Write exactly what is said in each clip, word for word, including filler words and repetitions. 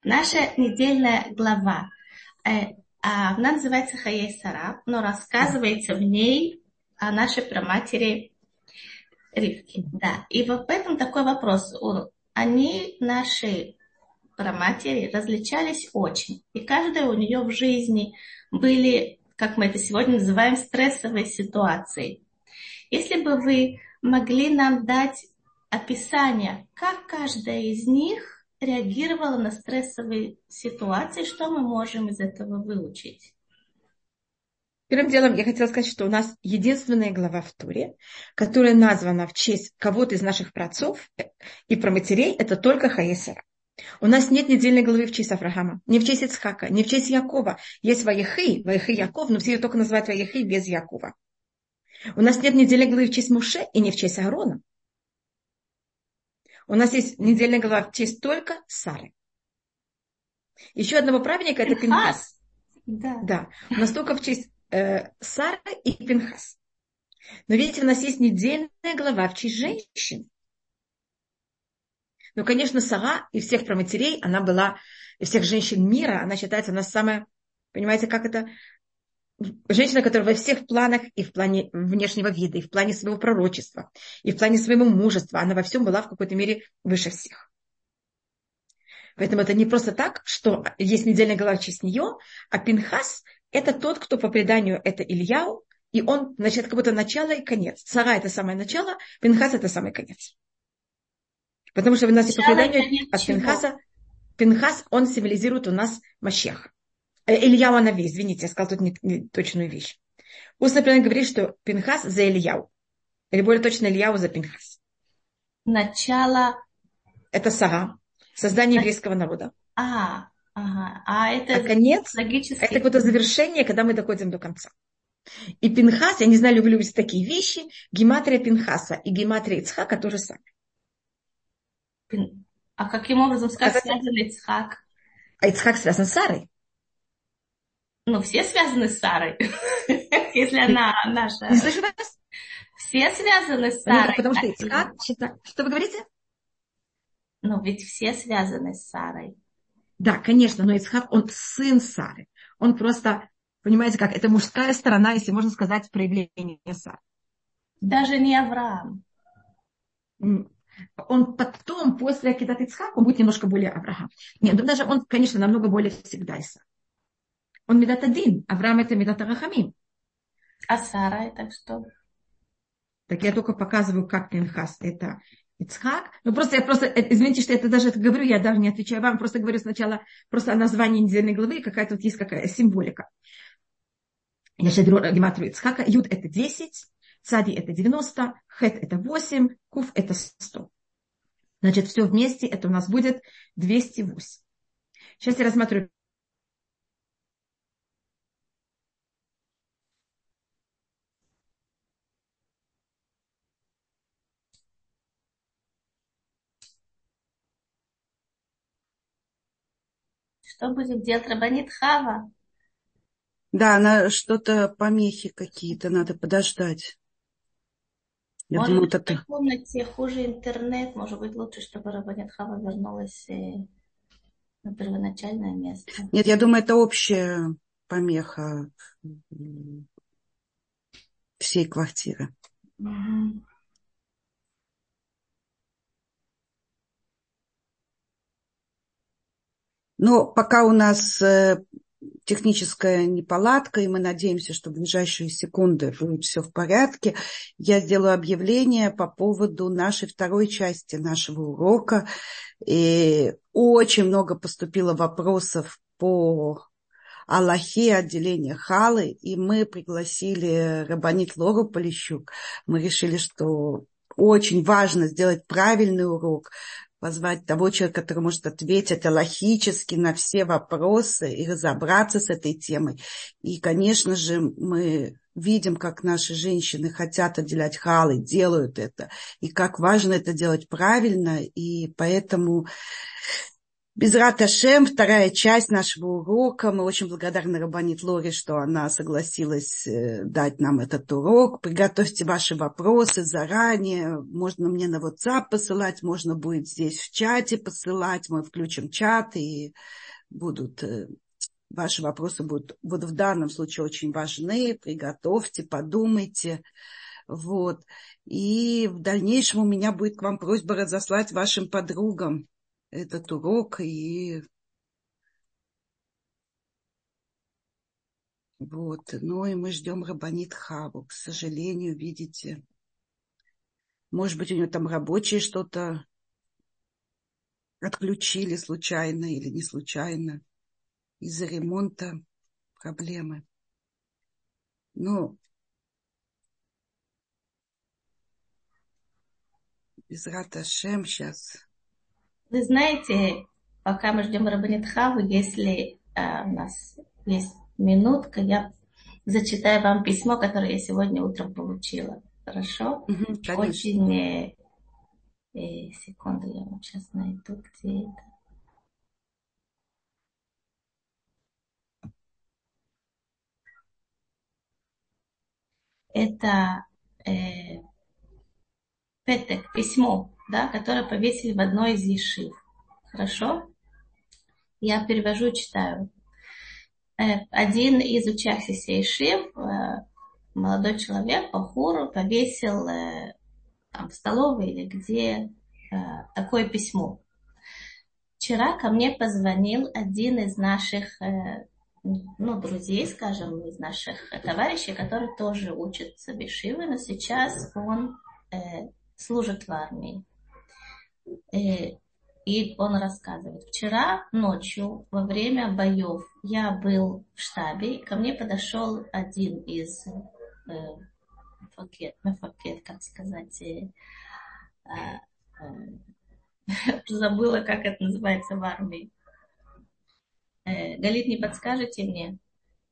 Наша недельная глава, э, она называется Хаей Сара, но рассказывается в ней о нашей праматери Ривке. Да. И вот в этом такой вопрос. Они, наши праматери, различались очень. И каждая у нее в жизни были, как мы это сегодня называем, стрессовые ситуации. Если бы вы могли нам дать описание, как каждая из них реагировала на стрессовые ситуации, что мы можем из этого выучить? Первым делом я хотела сказать, что у нас единственная глава в Торе, которая названа в честь кого-то из наших праотцов и праматерей, это только Хаей Сара. У нас нет недельной главы в честь Авраама, не в честь Ицхака, не в честь Якова. Есть Ваехи, Ваехи Яков, но все ее только называют Ваехи без Якова. У нас нет недельной главы в честь Моше и не в честь Аарона. У нас есть недельная глава в честь только Сары. Еще одного праведника это Пинхас. Да. Да. У нас только в честь э, Сары и Пинхас. Но видите, у нас есть недельная глава в честь женщин. Ну, конечно, Сара и всех праматерей, она была, и всех женщин мира, она считается, она самая, понимаете, как это, женщина, которая во всех планах, и в плане внешнего вида, и в плане своего пророчества, и в плане своего мужества, она во всем была в какой-то мере выше всех. Поэтому это не просто так, что есть недельная глава в честь нее, а Пинхас – это тот, кто по преданию это Ильяу, и он, значит, как будто начало и конец. Сара – это самое начало, Пинхас – это самый конец. Потому что у нас и по преданию от Пинхаса, Пинхас, он символизирует у нас Машеха. Ильяу Анави, извините, я сказала тут не, не точную вещь. Устно предание говорит, что Пинхас за Ильяу. Или более точно Ильяу за Пинхас. Начало. Это Сара, создание еврейского народа. А, ага. А это а конец, логически. это какое-то завершение, когда мы доходим до конца. И Пинхас, я не знаю, люблю ли такие вещи, гематрия Пинхаса и гематрия Ицхака тоже самое. А каким образом, как а связан Ицхак? А Ицхак связан с Сарой. Ну, все связаны с Сарой, если она наша. Не слышу вас? Все связаны с Сарой. Потому что Ицхак, что вы говорите? Ну, ведь все связаны с Сарой. Да, конечно, но Ицхак, он сын Сары. Он просто, понимаете как, это мужская сторона, если можно сказать, проявление Сары. Даже не Авраам. Он потом, после Акидат Ицхак, он будет немножко более Авраам. Нет, ну даже он, конечно, намного более всегда Исаак. Он Медат один, Авраам это Медат Рахамим. А Сара это что? Так я только показываю, как Пинхас это Ицхак. Ну просто я просто, извините, что я это даже это говорю, я даже не отвечаю вам, просто говорю сначала просто о названии недельной главы, какая тут есть какая символика. Я сейчас беру гематрию Ицхака. Юд это десять, Цади это девяносто, Хет это восемь, Куф это сто. Значит, все вместе это у нас будет двести восемь. Сейчас я рассматриваю. Что будет делать Рабанит Хава? Да, она что-то, помехи какие-то, надо подождать. Я Может думаю, быть, это... в комнате хуже интернет, может быть, лучше, чтобы Рабанит Хава вернулась на первоначальное место. Нет, я думаю, это общая помеха всей квартиры. Угу. Но пока у нас техническая неполадка, и мы надеемся, что в ближайшие секунды будет все в порядке, я сделаю объявление по поводу нашей второй части нашего урока. И очень много поступило вопросов по Аллахе, отделение Халы, и мы пригласили рабанит Лору Полищук. Мы решили, что очень важно сделать правильный урок, позвать того человека, который может ответить аллахически на все вопросы и разобраться с этой темой. И, конечно же, мы видим, как наши женщины хотят отделять халы, делают это, и как важно это делать правильно, и поэтому Безрат Ашем, вторая часть нашего урока. Мы очень благодарны Рабанит Лоре, что она согласилась дать нам этот урок. Приготовьте ваши вопросы заранее. Можно мне на WhatsApp посылать, можно будет здесь в чате посылать. Мы включим чат, и будут, ваши вопросы будут, будут в данном случае очень важны. Приготовьте, подумайте. Вот. И в дальнейшем у меня будет к вам просьба разослать вашим подругам этот урок, и вот, ну и мы ждем Рабанит Хаву, к сожалению, видите, может быть, у нее там рабочие что-то отключили случайно или не случайно, из-за ремонта проблемы. Ну, Безрат Ашем сейчас. Вы знаете, пока мы ждем Рабанит Хаву, если а, у нас есть минутка, я зачитаю вам письмо, которое я сегодня утром получила. Хорошо? Угу, Очень... Э, э, секунду, я вам сейчас найду, где это. Это э, петек, письмо, да, которое повесили в одной из ешив. Хорошо? Я перевожу и читаю. Один из учащихся ешив, молодой человек, бахур, повесил там, в столовой или где такое письмо. Вчера ко мне позвонил один из наших, ну, друзей, скажем, из наших товарищей, который тоже учится в ешиве, но сейчас он служит в армии. И он рассказывает. Вчера ночью, во время боев, я был в штабе, ко мне подошел один из э, факет, факет, как сказать, э, э, забыла, как это называется в армии. Э, Галит, не подскажете мне?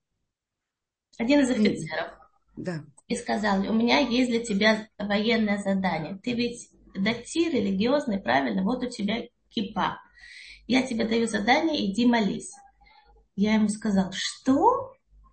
Один из офицеров. Да. И сказал, у меня есть для тебя военное задание. Ты ведь датир религиозный, правильно? Вот у тебя кипа. Я тебе даю задание, иди молись. Я ему сказал, что?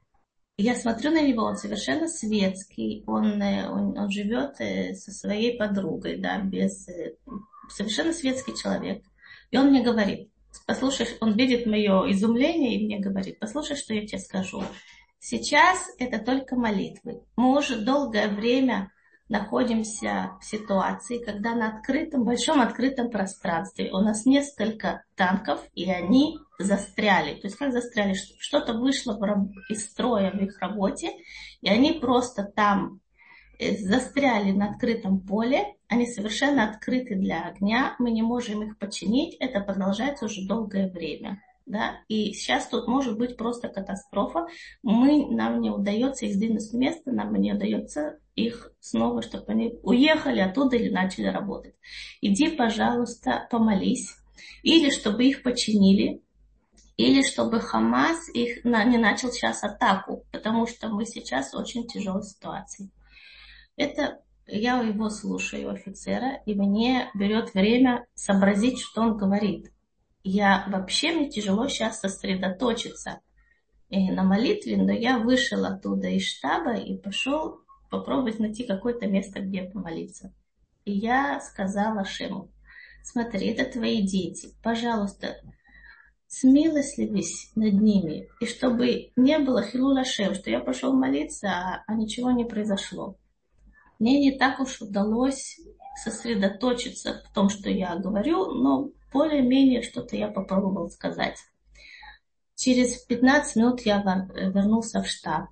Я смотрю на него, он совершенно светский, он, он, он живет со своей подругой, да, без, совершенно светский человек. И он мне говорит, послушай, он видит мое изумление и мне говорит, послушай, что я тебе скажу. Сейчас это только молитвы. Мы уже долгое время находимся в ситуации, когда на открытом, большом открытом пространстве у нас несколько танков, и они застряли. То есть как застряли? Что-то вышло из строя в их работе, и они просто там застряли на открытом поле. Они совершенно открыты для огня. Мы не можем их починить. Это продолжается уже долгое время. Да? И сейчас тут может быть просто катастрофа. Мы, нам не удается их сдвинуть с места, нам не удается их снова, чтобы они уехали оттуда или начали работать. Иди, пожалуйста, помолись. Или чтобы их починили, или чтобы Хамас их не начал сейчас атаку, потому что мы сейчас в очень тяжелой ситуации. Это я его слушаю, офицера, и мне берет время сообразить, что он говорит. Я вообще, мне тяжело сейчас сосредоточиться и на молитве, но я вышел оттуда из штаба и пошел попробовать найти какое-то место, где помолиться. И я сказала Шему, смотри, это твои дети, пожалуйста, смилостливись над ними, и чтобы не было хилула Шем, что я пошел молиться, а, а ничего не произошло. Мне не так уж удалось сосредоточиться в том, что я говорю, но более-менее что-то я попробовал сказать. Через пятнадцать минут я вернулся в штаб.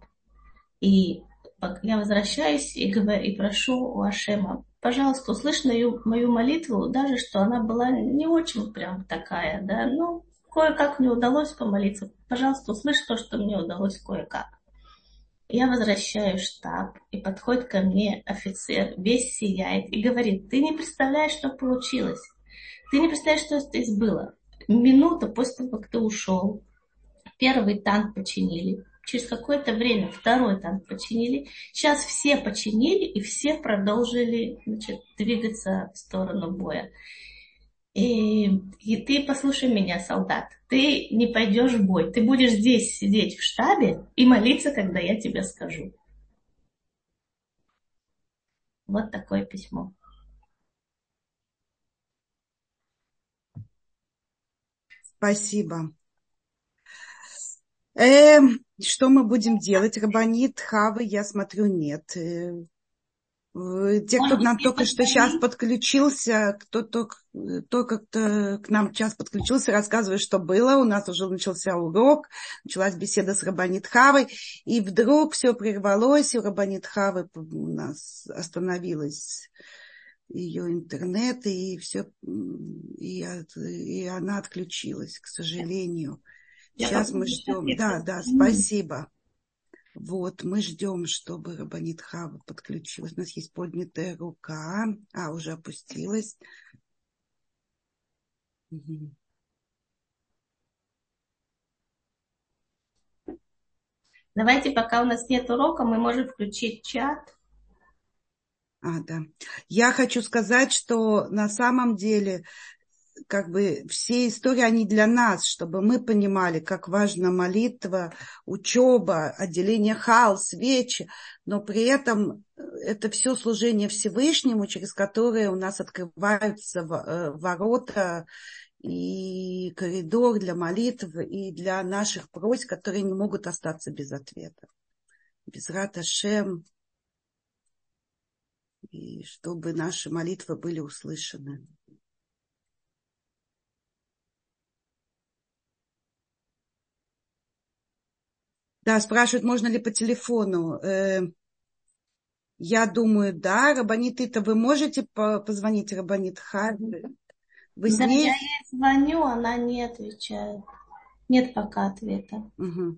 И я возвращаюсь и, говорю, и прошу у Ашема, пожалуйста, услышь мою, мою молитву, даже что она была не очень прям такая, да, ну, кое-как мне удалось помолиться. Пожалуйста, услышь то, что мне удалось кое-как. Я возвращаю в штаб, и подходит ко мне офицер, весь сияет, и говорит, ты не представляешь, что получилось. Ты не представляешь, что здесь было. Минута после того, как ты ушел, первый танк починили. Через какое-то время второй танк починили. Сейчас все починили, и все продолжили, значит, двигаться в сторону боя. И, и ты послушай меня, солдат. Ты не пойдешь в бой. Ты будешь здесь сидеть в штабе и молиться, когда я тебе скажу. Вот такое письмо. Спасибо. Э, что мы будем делать? Рабанит, Хавы, я смотрю, нет. Э, Те, кто Может к быть, нам мне только что сейчас позвонить? подключился, кто только, только кто к нам сейчас подключился, рассказывает, что было. У нас уже начался урок, началась беседа с Рабанит Хавой, и вдруг все прервалось, и у Рабанит Хавы у нас остановилась ее интернет, и все, и, и она отключилась, к сожалению. Я Сейчас мы попробую сейчас ждем. ей Да, да, позвонить. спасибо. Вот, мы ждем, чтобы Рабанит Хава подключилась. У нас есть поднятая рука. А, уже опустилась. Угу. Давайте, пока у нас нет урока, мы можем включить чат. А, да. Я хочу сказать, что на самом деле как бы все истории, они для нас, чтобы мы понимали, как важна молитва, учеба, отделение хал, свечи, но при этом это все служение Всевышнему, через которое у нас открываются ворота и коридор для молитв, и для наших просьб, которые не могут остаться без ответа. Безрат Ашем, и чтобы наши молитвы были услышаны. Да, спрашивают, можно ли по телефону. Я думаю, да. Рабанит Ита, вы можете позвонить Рабанит Хави? Вы с Да, я ней? ей звоню, она не отвечает. Нет пока ответа. Угу.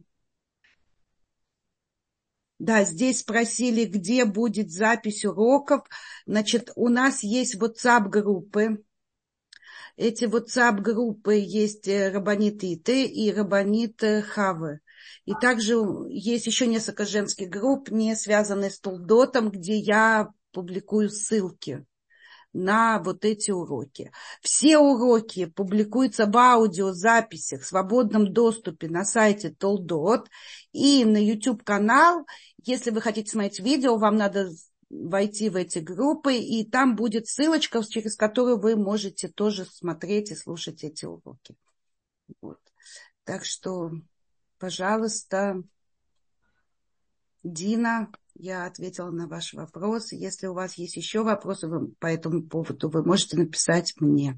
Да, здесь спросили, где будет запись уроков. Значит, у нас есть WhatsApp-группы. Эти WhatsApp-группы есть Рабанит Иты и Рабанит Хавы. И также есть еще несколько женских групп, не связанных с Толдотом, где я публикую ссылки на вот эти уроки. Все уроки публикуются в аудиозаписях в свободном доступе на сайте Толдот и на YouTube-канал. Если вы хотите смотреть видео, вам надо войти в эти группы, и там будет ссылочка, через которую вы можете тоже смотреть и слушать эти уроки. Вот. Так что, пожалуйста, Дина, я ответила на ваш вопрос. Если у вас есть еще вопросы по этому поводу, вы можете написать мне.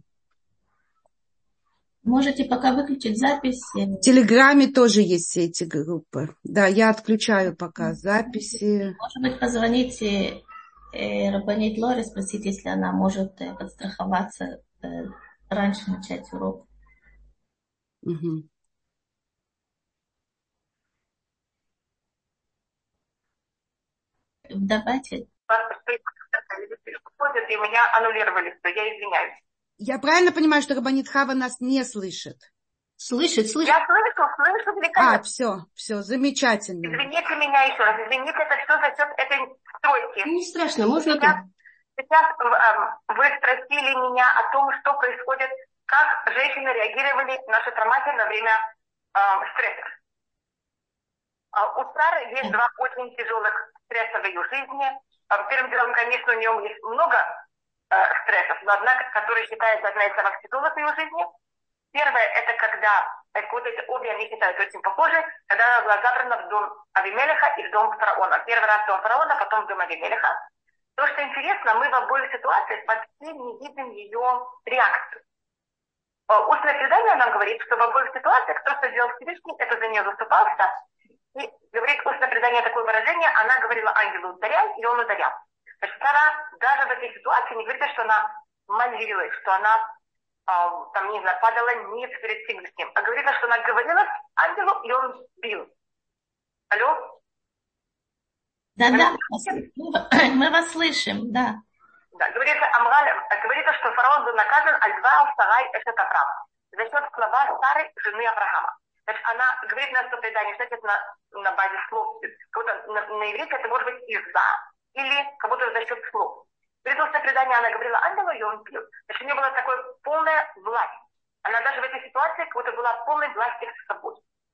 Можете пока выключить запись. В Телеграме тоже есть все эти группы. Да, я отключаю пока записи. Может быть, позвоните э, Рабанит Лоре, спросите, если она может э, подстраховаться, э, раньше начать урок. Угу. Давайте. И меня аннулировали, что я извиняюсь. Я правильно понимаю, что Рабанит Хава нас не слышит? Слышит, слышит. Я слышу, слышу великолепно. А, все, все, замечательно. Извините меня еще раз, извините, это все за счет этой стройки. Не страшно, можно сейчас, так. сейчас э, вы спросили меня о том, что происходит, как женщины реагировали на шатрамате во время э, стресса. Э, у Сары есть два очень тяжелых стресса в ее жизни. Э, первым делом, конечно, у нее есть много э, стрессов, но одна, которая считается одна из самых тяжелых в ее жизни. Первое, это когда, вот эти обе они считаются очень похожи, когда она была забрана в дом Авимелеха и в дом фараона. Первый раз в дом фараона, потом в дом Авимелеха. То, что интересно, мы в обоих ситуациях почти не видим ее реакцию. Устное предание нам говорит, что в обоих ситуациях то, что делал Всевышний, это за нее заступался. И говорит устное предание такое выражение, она говорила ангелу ударяй, и он ударял. Значит, Сара даже в этой ситуации не говорит, что она молилась, что она там, не знаю, падала ниц перед Всевышним, а говорила, что она говорила ангелу, и он бил. Алло? Да-да, мы вас слышим, да. Да, говорится, Амраль, говорится, что фараон был наказан аль-два сарай эшет Авраама за счет слова Сары, жены Авраама. Значит, она говорит на сто преданий, что это на, на базе слов. Как будто на, на иврите это может быть из-за или как будто за счет слов. Предыдущее предание она говорила «Ангелу Йом Кип». Значит, у нее была такая полная власть. Она даже в этой ситуации как будто была полной властью с собой.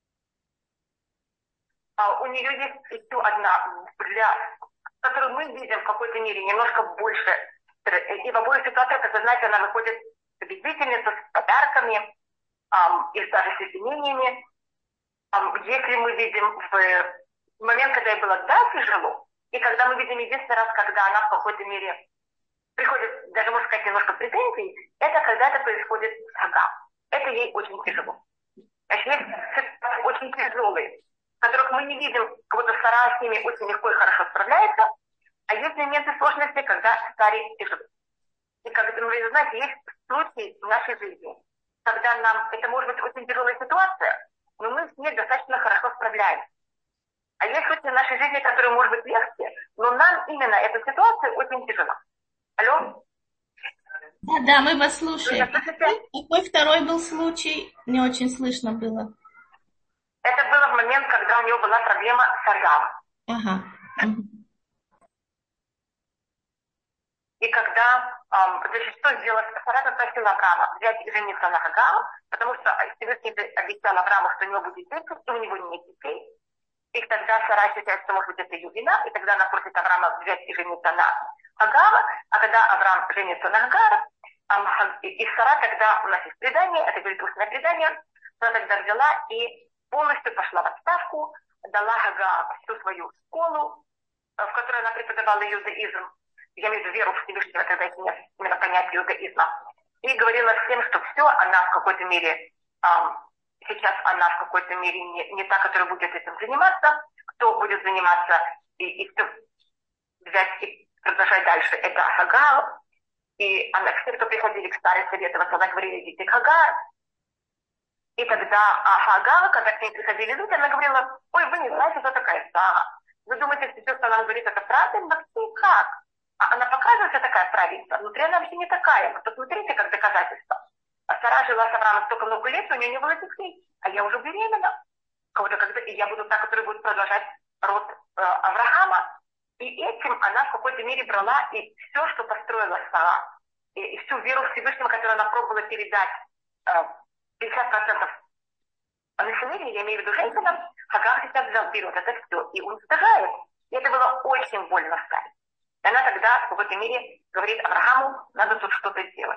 А у нее есть еще одна взгляд, которую мы видим в какой-то мере немножко больше. И в обоих ситуациях, как вы знаете, она выходит победительница с подарками эм, и даже с извинениями. Эм, если мы видим в момент, когда ей было да, тяжело, и когда мы видим единственный раз, когда она в какой-то мере приходит, даже можно сказать, немножко претензий, это когда это происходит с Хагар. Это ей очень тяжело. Значит, есть ситуации очень тяжелые, в которых мы не видим, как будто Сара с ними очень легко и хорошо справляется, а есть моменты сложности, когда Саре тяжело. И как вы знаете, есть случаи в нашей жизни, когда нам, это может быть очень тяжелая ситуация, но мы с ней достаточно хорошо справляемся. А есть случаи в нашей жизни, которые может быть легче, но нам именно эта ситуация очень тяжела. Алло? Да, да, мы вас слушаем. Какой второй был случай? Не очень слышно было. Это было в момент, когда у него была проблема с Агаром. Ага. И когда, эм, значит, что сделала Сара, попросила Авраама взять и жениться на Агару, потому что Всевышний обещал Аврааму, что у него будет дети, и у него нет детей. И тогда Сара считает, что может быть это ее вина, и тогда она просит Авраама взять и жениться на Агара, а когда Авраам женится на Агара, эм, и Сара тогда, у нас есть предание, это говорит устное предание, она тогда взяла и полностью пошла в отставку, дала Агару всю свою школу, в которой она преподавала иудаизм, я имею в виду веру в Всевышнего, тогда это нет именно понятие иудаизма, и говорила всем, что все, она в какой-то мере, эм, сейчас она в какой-то мере не, не та, которая будет этим заниматься, кто будет заниматься и, и кто взять и продолжать дальше, это Хагар, и она, все, кто приходили к Саре советоваться, она говорила, идите к Хагар. И тогда а Хагар, когда к ней приходили люди, она говорила, ой, вы не знаете, кто такая Сара. Вы думаете, что все, что она говорит, это правда? Ну, как? А она показывается такая правильная, внутри она вообще не такая. Вот посмотрите, как доказательство. А Сара жила с Авраамом столько много лет, у нее не было детей. А я уже беременна. Кого-то когда, и я буду та, которая будет продолжать род э, Авраама. И этим она в какой-то мере брала и все, что построила Сара, и, и всю веру Всевышнего, которую она пробовала передать э, пятьдесят процентов населения, я имею в виду женщинам, Хагар сейчас взял вперед это все и уничтожает. И это было очень больно Саре. И она тогда в какой-то мере говорит Аврааму, надо тут что-то сделать.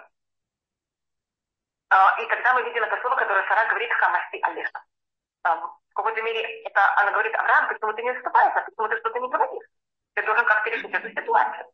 Э, и тогда мы видим это слово, которое Сара говорит Хамасти Алеша. Э, в какой-то мере это она говорит, Авраам, почему ты не выступаешь, почему ты что-то не говоришь? Ты должен как-то решить эту ситуацию.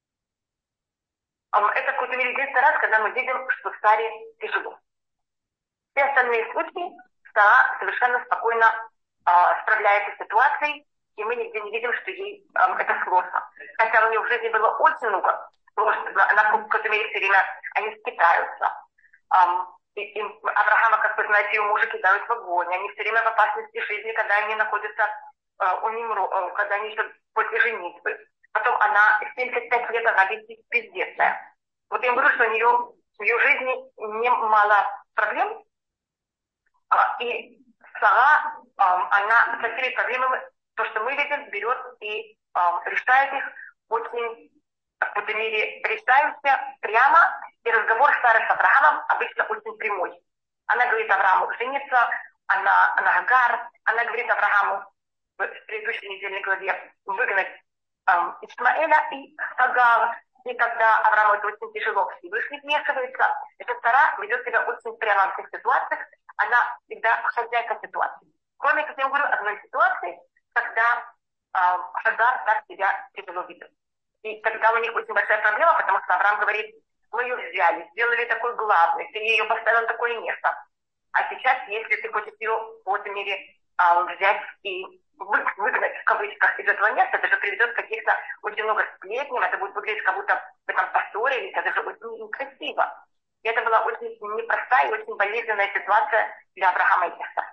Это в какой-то мере единственный раз, когда мы видим, что Саре тяжело. Все остальные случаи Сара совершенно спокойно э, справляется с ситуацией, и мы нигде не видим, что ей э, это сложно. Хотя у нее в жизни было очень много сложностей. Она в какой-то мере все время, они скитаются. Эм, и, и Авраама, как вы знаете, ее мужа кидают в огонь. Они все время в опасности жизни, когда они находятся э, у Нимро, э, когда они еще после женитьбы. Потом она, семьдесят пять лет, она ведь бездетная. Вот я говорю, что у нее в ее жизни немало проблем. А, и Сара, а, она со всеми проблемами, то, что мы видим, берет и а, решает их очень, в какой-то мере, решаются прямо. И разговор Сары с Авраамом обычно очень прямой. Она говорит Аврааму жениться, она, она Агар, она говорит Аврааму в предыдущей недельной главе выгнать эм, Исмаэля и Агар. И когда Аврааму это очень тяжело, Всевышний вмешивается, эта Сара ведет себя очень прямо в всех ситуациях, она всегда хозяйка ситуации. Кроме, как я говорю, одной ситуации, когда э, Агар так себя тяжело ведет. И тогда у них очень большая проблема, потому что Авраам говорит, мы ее взяли, сделали такой главный, ты ее поставил на такое место. А сейчас, если ты хочешь ее в какой-то мере э, взять и выгнать в кавычках из этого места, это же приведет к каких-то очень много сплетням, это будет выглядеть, как будто вы там поссорились, это же очень некрасиво. И это была очень непростая и очень болезненная ситуация для Авраама и Сары.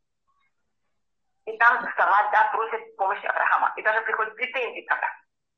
И там Сара, да, просит помощи Авраама. И даже приходит претензии тогда.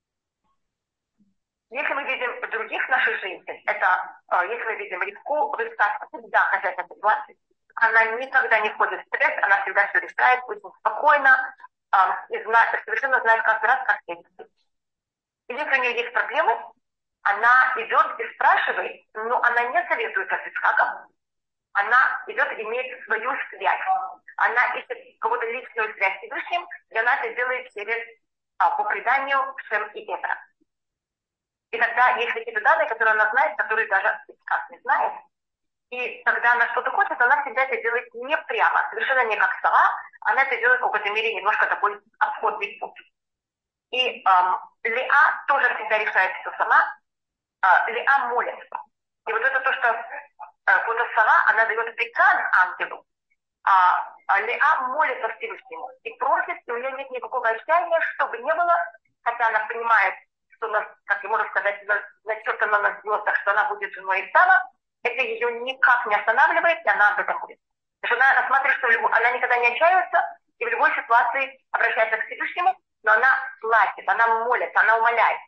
Если мы видим других наших женщин, это, если мы видим Ривку, Ривка всегда хозяйка ситуации, она никогда не входит в стресс, она всегда все решает, очень спокойно, э, и знает, совершенно знает каждый раз, как действовать. И если у нее есть проблемы, она идет и спрашивает, но она не советуется с Ицхаком. Она идет и имеет свою связь. Она ищет какую-то личную связь с Всевышним, и она это делает через, а, по преданию Шем и Эфра. И тогда есть какие-то данные, которые она знает, которые даже Ицхак не знает. И когда она что-то хочет, она всегда это делает не прямо, совершенно не как Сара, она это делает в какой-то мере немножко такой обходный путь. И эм, Леа тоже всегда решает все сама, э, Леа молится. И вот это то, что э, вот Сара, она дает приказ ангелу, а, а Леа молится Всевышнему и просит, и у нее нет никакого отчаяния, чтобы не было, хотя она понимает, что, нас, как можно сказать, начертано на звездах, что она будет женой Исава, это ее никак не останавливает, и она об этом будет. Потому что она рассматривает, что любой, она никогда не отчаивается, и в любой ситуации обращается к Всевышнему, но она плачет, она молится, она умоляет.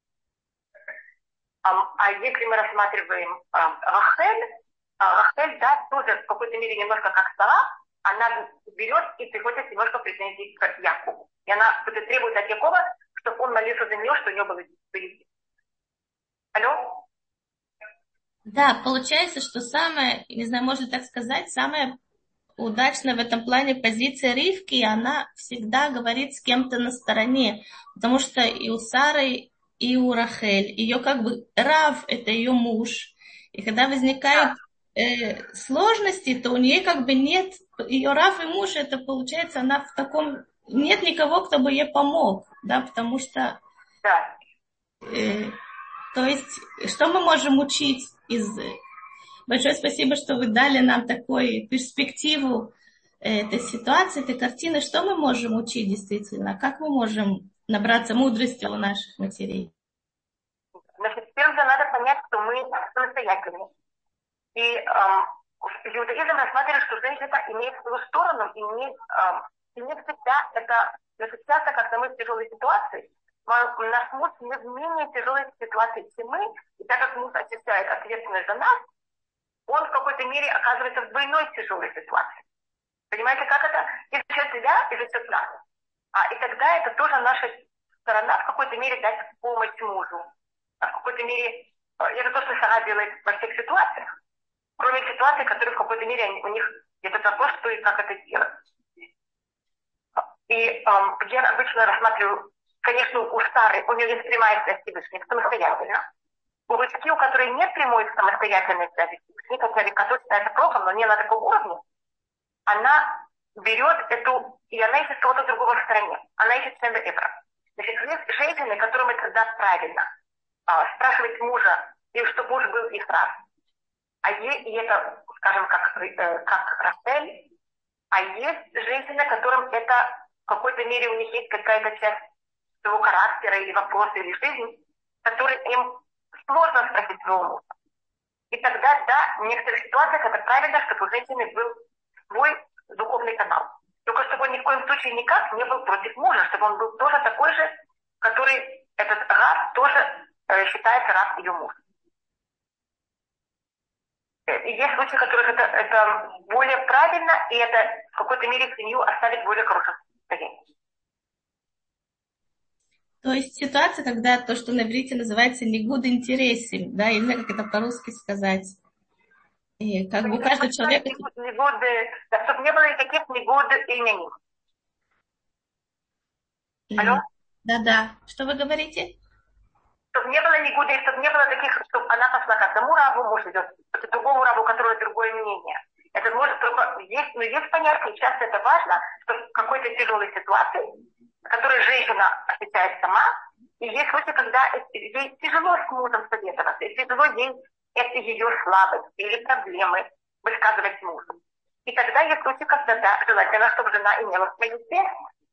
А, а если мы рассматриваем а, Рахель, а, Рахель, да, тоже в какой-то мере немножко как Сара, она берет и приходит немножко претензий к Якову. И она требует от Якова, чтобы он молился за нее, что у нее было дети. Алло? Да, получается, что самое, не знаю, можно так сказать, самая удачная в этом плане позиция Ривки, она всегда говорит с кем-то на стороне, потому что и у Сары, и у Рахель, ее как бы Рав, это ее муж, и когда возникают э, сложности, то у нее как бы нет, ее Рав и муж, это получается, она в таком, нет никого, кто бы ей помог, да, потому что, э, то есть, что мы можем учить из... Большое спасибо, что вы дали нам такую перспективу этой ситуации, этой картины. Что мы можем учить действительно? Как мы можем набраться мудрости у наших матерей? Значит, первым надо понять, что мы самостоятельны. И эм, иудаизм рассматривает, что женщина имеет свою сторону, и не, эм, и не всегда это... Значит, часто, когда мы в тяжелой ситуации, наш муж не в менее тяжелой ситуации, чем мы, и так как муж ощущает ответственность за нас, он в какой-то мере оказывается в двойной тяжелой ситуации. Понимаете, как это? И за счет себя, и за счет нас. А, и тогда это тоже наша сторона в какой-то мере дать помощь мужу. А в какой-то мере, это то, что Сара делает во всех ситуациях. Кроме ситуаций, которые в какой-то мере у них этот вопрос, что и как это делать. И эм, я обычно рассматриваю, конечно, у Сары, у нее есть прямая связь с Всевышним, самостоятельно. У Рычки, у которой нет прямой самостоятельной связи, которая считается пророком, но не на таком уровне, она берет эту, и она ищет кого-то другого в стороне. Она ищет Шем и Эфра. Значит, есть женщины, которым это да, правильно. А, спрашивать мужа, и чтобы муж был их раб. А есть, и это, скажем, как, э, как Рахель, а есть женщины, которым это в какой-то мере у них есть какая-то часть своего характера или вопроса, или жизни, которые им сложно спросить своего мужа. И тогда, да, в некоторых ситуациях это правильно, чтобы у женщины был свой духовный канал. Только чтобы он ни в коем случае никак не был против мужа, чтобы он был тоже такой же, который этот раб тоже э, считается раб ее мужа. И есть случаи, в которых это, это более правильно, и это в какой-то мере семью оставить в более хорошем состоянии. То есть ситуация, когда то, что на иврите называется нигуд интересим, да, я не знаю, как это по-русски сказать. И как бы каждый человек... Нигуды, да, чтобы не было никаких нигуд именем. Алло? Да-да. Что вы говорите? Чтобы не было нигуды, чтобы не было таких, чтобы она пошла к одному рабу, муж идет к другому рабу, у которого другое мнение. Это может только... Есть, но есть понятие, часто это важно, что в какой-то тяжелой ситуации, в которой женщина ощущает сама, и есть случаи, когда ей тяжело с мужем советоваться, и тяжело ей это ее слабость или проблемы высказывать мужу. И тогда есть случаи, когда да, желательно, чтобы жена имела свою связь.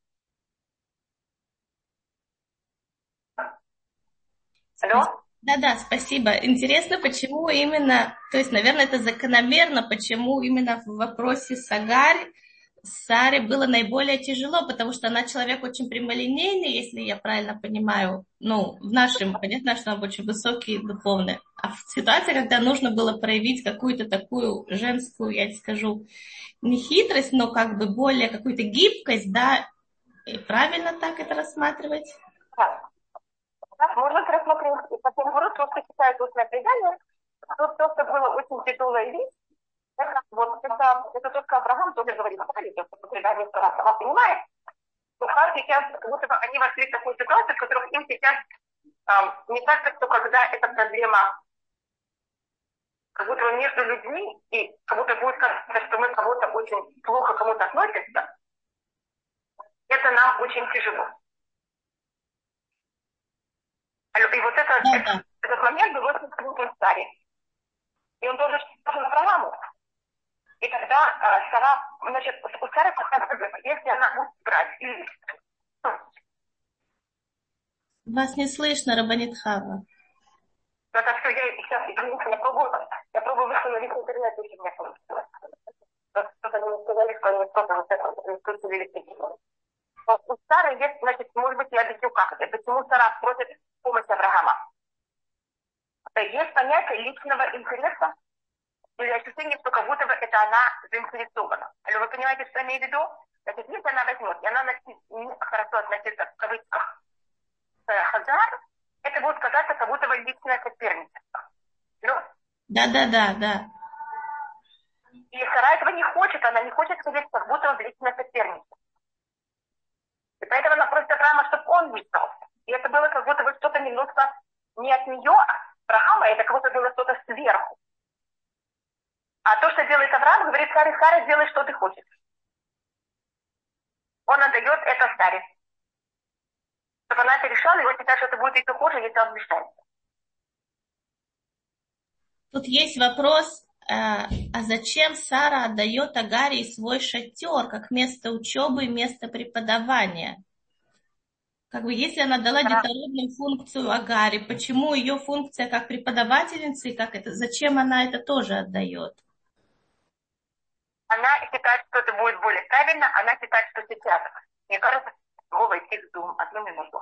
Алло? Да-да, спасибо. Интересно, почему именно, то есть, наверное, это закономерно, почему именно в вопросе с Агарь Саре было наиболее тяжело, потому что она человек очень прямолинейный, если я правильно понимаю. Ну, в нашем, понятно, что она очень высокий духовный. А в ситуации, когда нужно было проявить какую-то такую женскую, я скажу, не хитрость, но как бы более какую-то гибкость, да, и правильно так это рассматривать? Да, можно рассмотреть, и потом говорят, то, что считают устное предание, то, то, что было очень тяжелая вещь, это, вот, это, это то, что Авраам тоже говорит, что предание сама понимает, но сейчас, как будто бы они вошли в такую ситуацию, в которой им сейчас э, не кажется, что когда эта проблема как будто бы между людьми, и как будто будет казаться, что мы кого-то очень плохо кому-то относимся, это нам очень тяжело. И вот это, Да, это, да. этот момент был очень крупным в Саре. И он тоже должен Аврааму. И тогда э, Сара, значит, у Сары такая проблема. Если она будет брать или... Вас не слышно, Рабанит Хава. Это все, я сейчас, извините, я пробую, я пробую восстановить интернет, если у меня получилось. Что-то мне сказали, что они что-то вот это включили. У Сары есть, значит, может быть, я объясню, как это. Почему Сара просит помощи Авраама? Есть понятие личного интереса или ощущение, что как будто бы это она заинтересована. Але вы понимаете, что я имею в виду? Значит, если она возьмет, и она не хорошо относится в кавычках к Хазар, это будет казаться как будто бы личное соперничество. Ну? Да, да, да, да. И Сара этого не хочет, она не хочет сказать, как будто он личное соперничество. И поэтому она просит Авраама, чтобы он вмешался. И это было как будто бы что-то немножко не от нее, а от Авраама, это как будто было что-то сверху. А то, что делает Авраам, говорит Саре, Сара, сделай, что ты хочешь. Он отдает это Саре. Чтобы она это решала, и он считает, что это будет еще хуже, если он вмешается. Тут есть вопрос, э, а зачем Сара отдает Агаре свой шатер, как место учебы и место преподавания? Как бы, если она дала Да. детородную функцию Агаре, почему ее функция как преподавательницы, и как это, зачем она это тоже отдает? Она считает, что это будет более правильно, она считает, что сейчас. Мне кажется, Вова, идти в Zoom, одну минуту.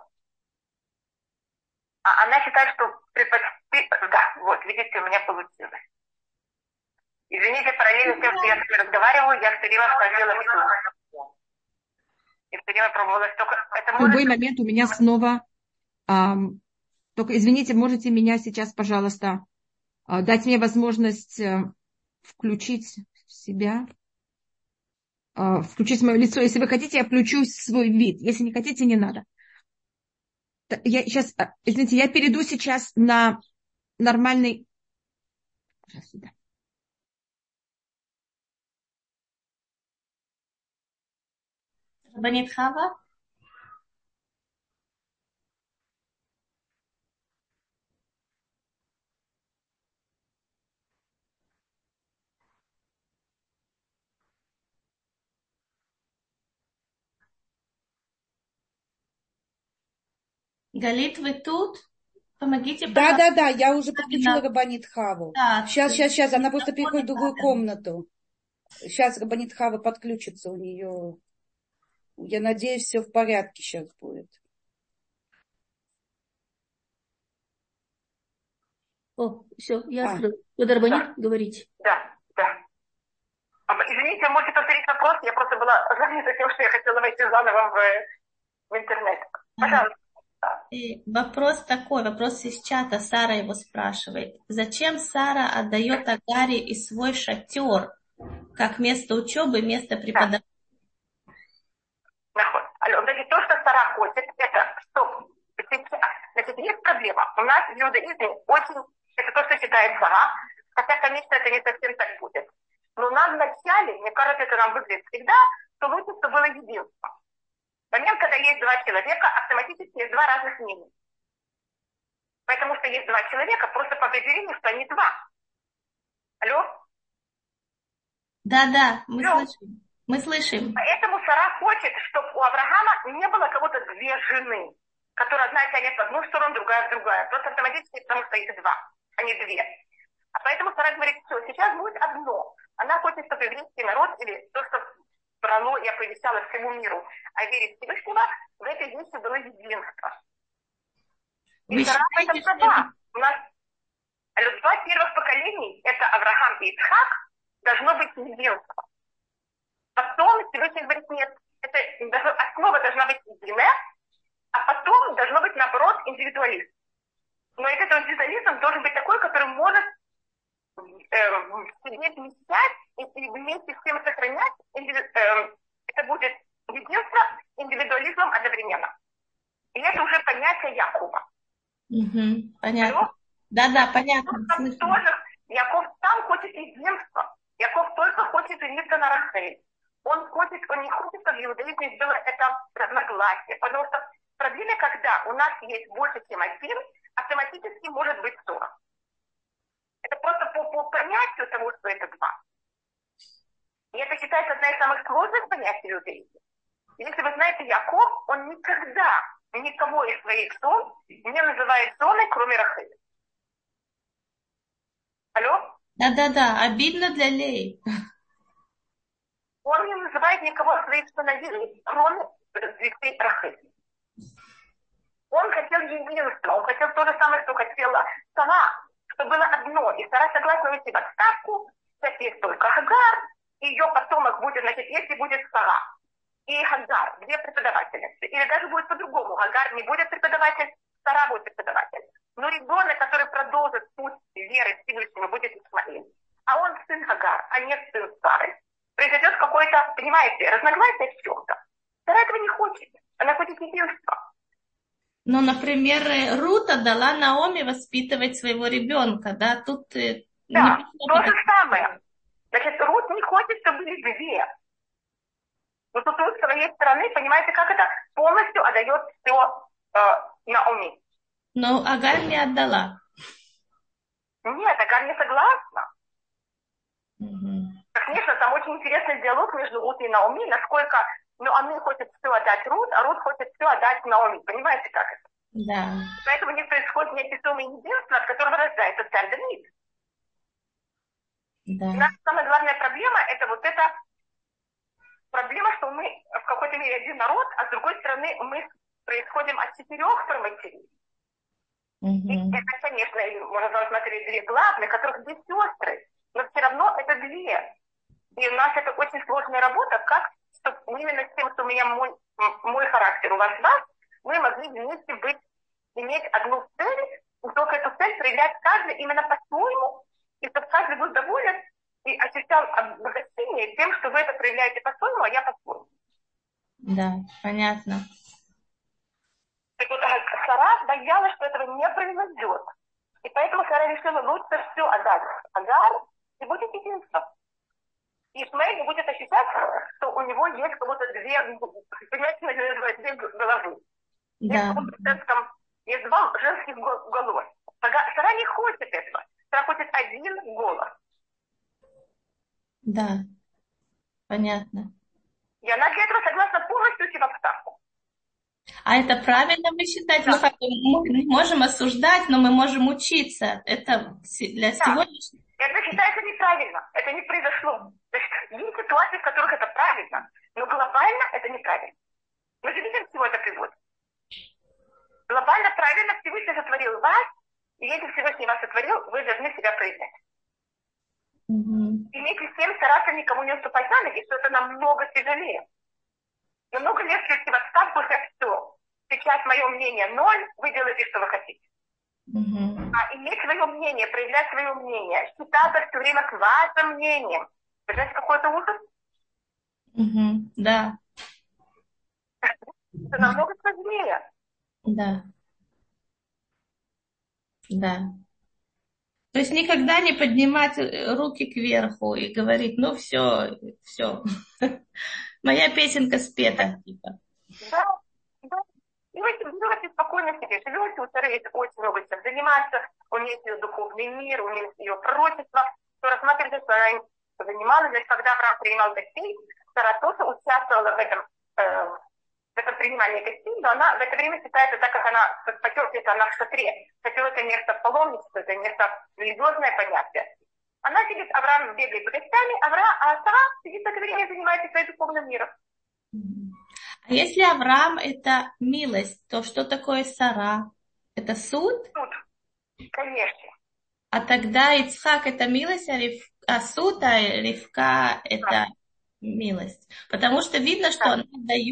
А она считает, что преподаватель... Да, вот, видите, у меня получилось. Извините, параллельно с тем, что я с вами разговариваю, я все время входила в Zoom. И все время пробовала только... Это В любой может... момент у меня снова... Ам, только, извините, можете меня сейчас, пожалуйста, а, дать мне возможность а, включить себя, а, включить мое лицо. Если вы хотите, я включу свой вид. Если не хотите, не надо. Я сейчас, извините, я перейду сейчас на нормальный... Рабанит Хава? Галит, вы тут? Помогите, Да, пожалуйста. да, да, я уже подключила Рабанит Хаву. Да, Сейчас, сейчас, сейчас, она просто микрофон переходит в другую надо. комнату. Сейчас Рабанит Хава подключится у нее. Я надеюсь, все в порядке сейчас будет. О, все, я А. открыл. Вы Рабанит, Да. говорите. Да, да. Извините, можете повторить вопрос? Я просто была занята тем, что я хотела войти заново в, в интернет. Пожалуйста. И вопрос такой, вопрос из чата, Сара его спрашивает. Зачем Сара отдает Агаре и свой шатер, как место учебы, место преподавания? Наход. Алло, значит, то, что Сара хочет, это что? Значит, есть проблема. У нас в иудаизме очень... Это то, что считает Сара. Хотя, конечно, это не совсем так будет. Но нам вначале, мне кажется, это нам выглядит всегда, что лучше, чтобы было единство. В момент, когда есть два человека, автоматически есть два разных мнения. Потому что есть два человека, просто по определению, что они два. Алло? Да, да, мы Алло? слышим. Мы слышим. Поэтому Сара хочет, чтобы у Авраама не было кого-то две жены, которые одна тянет в одну сторону, другая в другую. Просто автоматически, потому что их два, а не две. А поэтому Сара говорит, все, сейчас будет одно. Она хочет, чтобы еврейский народ, или то, что брало и оповещало всему миру о вере Всевышнего, в этой вещи было единство. И Вы Сара считаете, это что права. У нас два первых поколений, это Авраам и Ицхак, должно быть единство. Потом Всевышний говорит, нет, это, основа должна быть единая, а потом должно должно быть, наоборот, индивидуализм. Но этот индивидуализм должен быть такой, который может э, в себе вмещать и, и вместе с тем сохранять. Индиви- э, это будет единство индивидуализмом одновременно. И это уже понятие Якова. Угу, понятно. Да-да, понятно. Там тоже Яков сам хочет единства. Яков только хочет жениться на Рахель. Он хочет, он не хочет, чтобы в иудаизме было это разногласие. Потому что в проблеме, когда у нас есть больше, чем один, автоматически может быть ссора. Это просто по, по понятию того, что это два. И это считается одна из самых сложных понятий в иудаизме. Если вы знаете, Яков, он никогда никого из своих жен не называет женой, кроме Рахели. Алло? Да-да-да, обидно для Леи. Он не называет никого из своих сыновей, кроме детей Рахели. Он хотел единства, он хотел то же самое, что хотела Сара, что было одно. И Сара согласна уйти в отставку, сейчас есть только Хагар, и ее потомок будет, значит, если будет Сара и Хагар, две преподавательницы, или даже будет по-другому, Хагар не будет преподаватель, Сара будет преподаватель. Но ребенок, который продолжит путь веры Всевышнего, будет Исмаил. А он сын Хагар, а не сын Сары. Произойдет какое-то, понимаете, разногласие в чем-то. Сара этого не хочет. Она хочет единства. Ну, например, Рута дала Наоми воспитывать своего ребенка, да? Тут да, не то же самое. Значит, Рут не хочет, чтобы были две. Но тут Рут с своей стороны, понимаете, как это полностью отдает все э, Наоми. Но Агар не отдала. Нет, Агар не согласна. Угу. Конечно, там очень интересный диалог между Рут и Наоми, насколько Наоми хочет все отдать Рут, а Рут хочет все отдать Наоми. Понимаете, как это? Да. Поэтому у них происходит неописуемое единство, от которого рождается царь Давид. Да. У нас самая главная проблема – это вот эта проблема, что мы в какой-то мере один народ, а с другой стороны мы происходим от четырех проматерей. Угу. И это, конечно, можно рассмотреть две главные, которых две сестры, но все равно это две. И у нас это очень сложная работа, как чтобы именно с тем, что у меня мой, мой характер, у вас вас, мы могли вместе быть, иметь одну цель, и только эту цель проявлять каждый именно по-своему, и чтобы каждый был доволен и ощущал обогащение тем, что вы это проявляете по-своему, а я по-своему. Да, понятно. Так вот, Сара боялась, что этого не произойдет. И поэтому Сара решила лучше все отдать Агар, и будет единство. И Ишмаэль не будет ощущать, что у него есть как будто две, понимаете, две головы. Да. Есть, там, есть два женских голос. Сара не хочет этого. Сара хочет один голос. Да, понятно. И она для этого согласна полностью идти в отставку. А это правильно вы считаете? Да. Ну, мы не можем осуждать, но мы можем учиться. Это для да. сегодняшнего... Это считается неправильно. Это не произошло. Есть ситуации, в которых это правильно, но глобально это неправильно. Мы же видим, к чему это приводит. Глобально правильно Всевышний сотворил вас, и если Всевышний вас сотворил, вы должны себя проявлять. Mm-hmm. И вместе с тем стараться никому не уступать на ноги, что это намного тяжелее. Намного легче идти в отставку и сказать, что сейчас мое мнение ноль, вы делаете, что вы хотите. Mm-hmm. А иметь свое мнение, проявлять свое мнение, считаться все время с вашим мнением. Вы знаете, какой это ужас? Mm-hmm. Да. Это намного сложнее. Да. Да. То есть никогда не поднимать руки кверху и говорить, ну все, все. Моя песенка спета. Типа. Да, да. И вы живете спокойно себе, живете, у Сары есть очень много чем заниматься, у нее есть ее духовный мир, у нее есть ее пророчество, то рассматривается, что она им занималась, значит, когда Авраам принимал гостей, Сара тоже участвовала в этом, э, в этом принимании гостей, но она в это время считается, так как она подчеркивается, она в шатре, шатер это место паломничества, это место религиозное понятие. Она сидит, Авраам бегает за гостями, Авраам, а Сара сидит в это время и занимается своим духовным миром. А если Авраам это милость, то что такое Сара? Это суд? Суд, конечно. А тогда Ицхак это милость, а, Рив... а суд, а Ривка это да. милость. Потому что видно, что да. она дает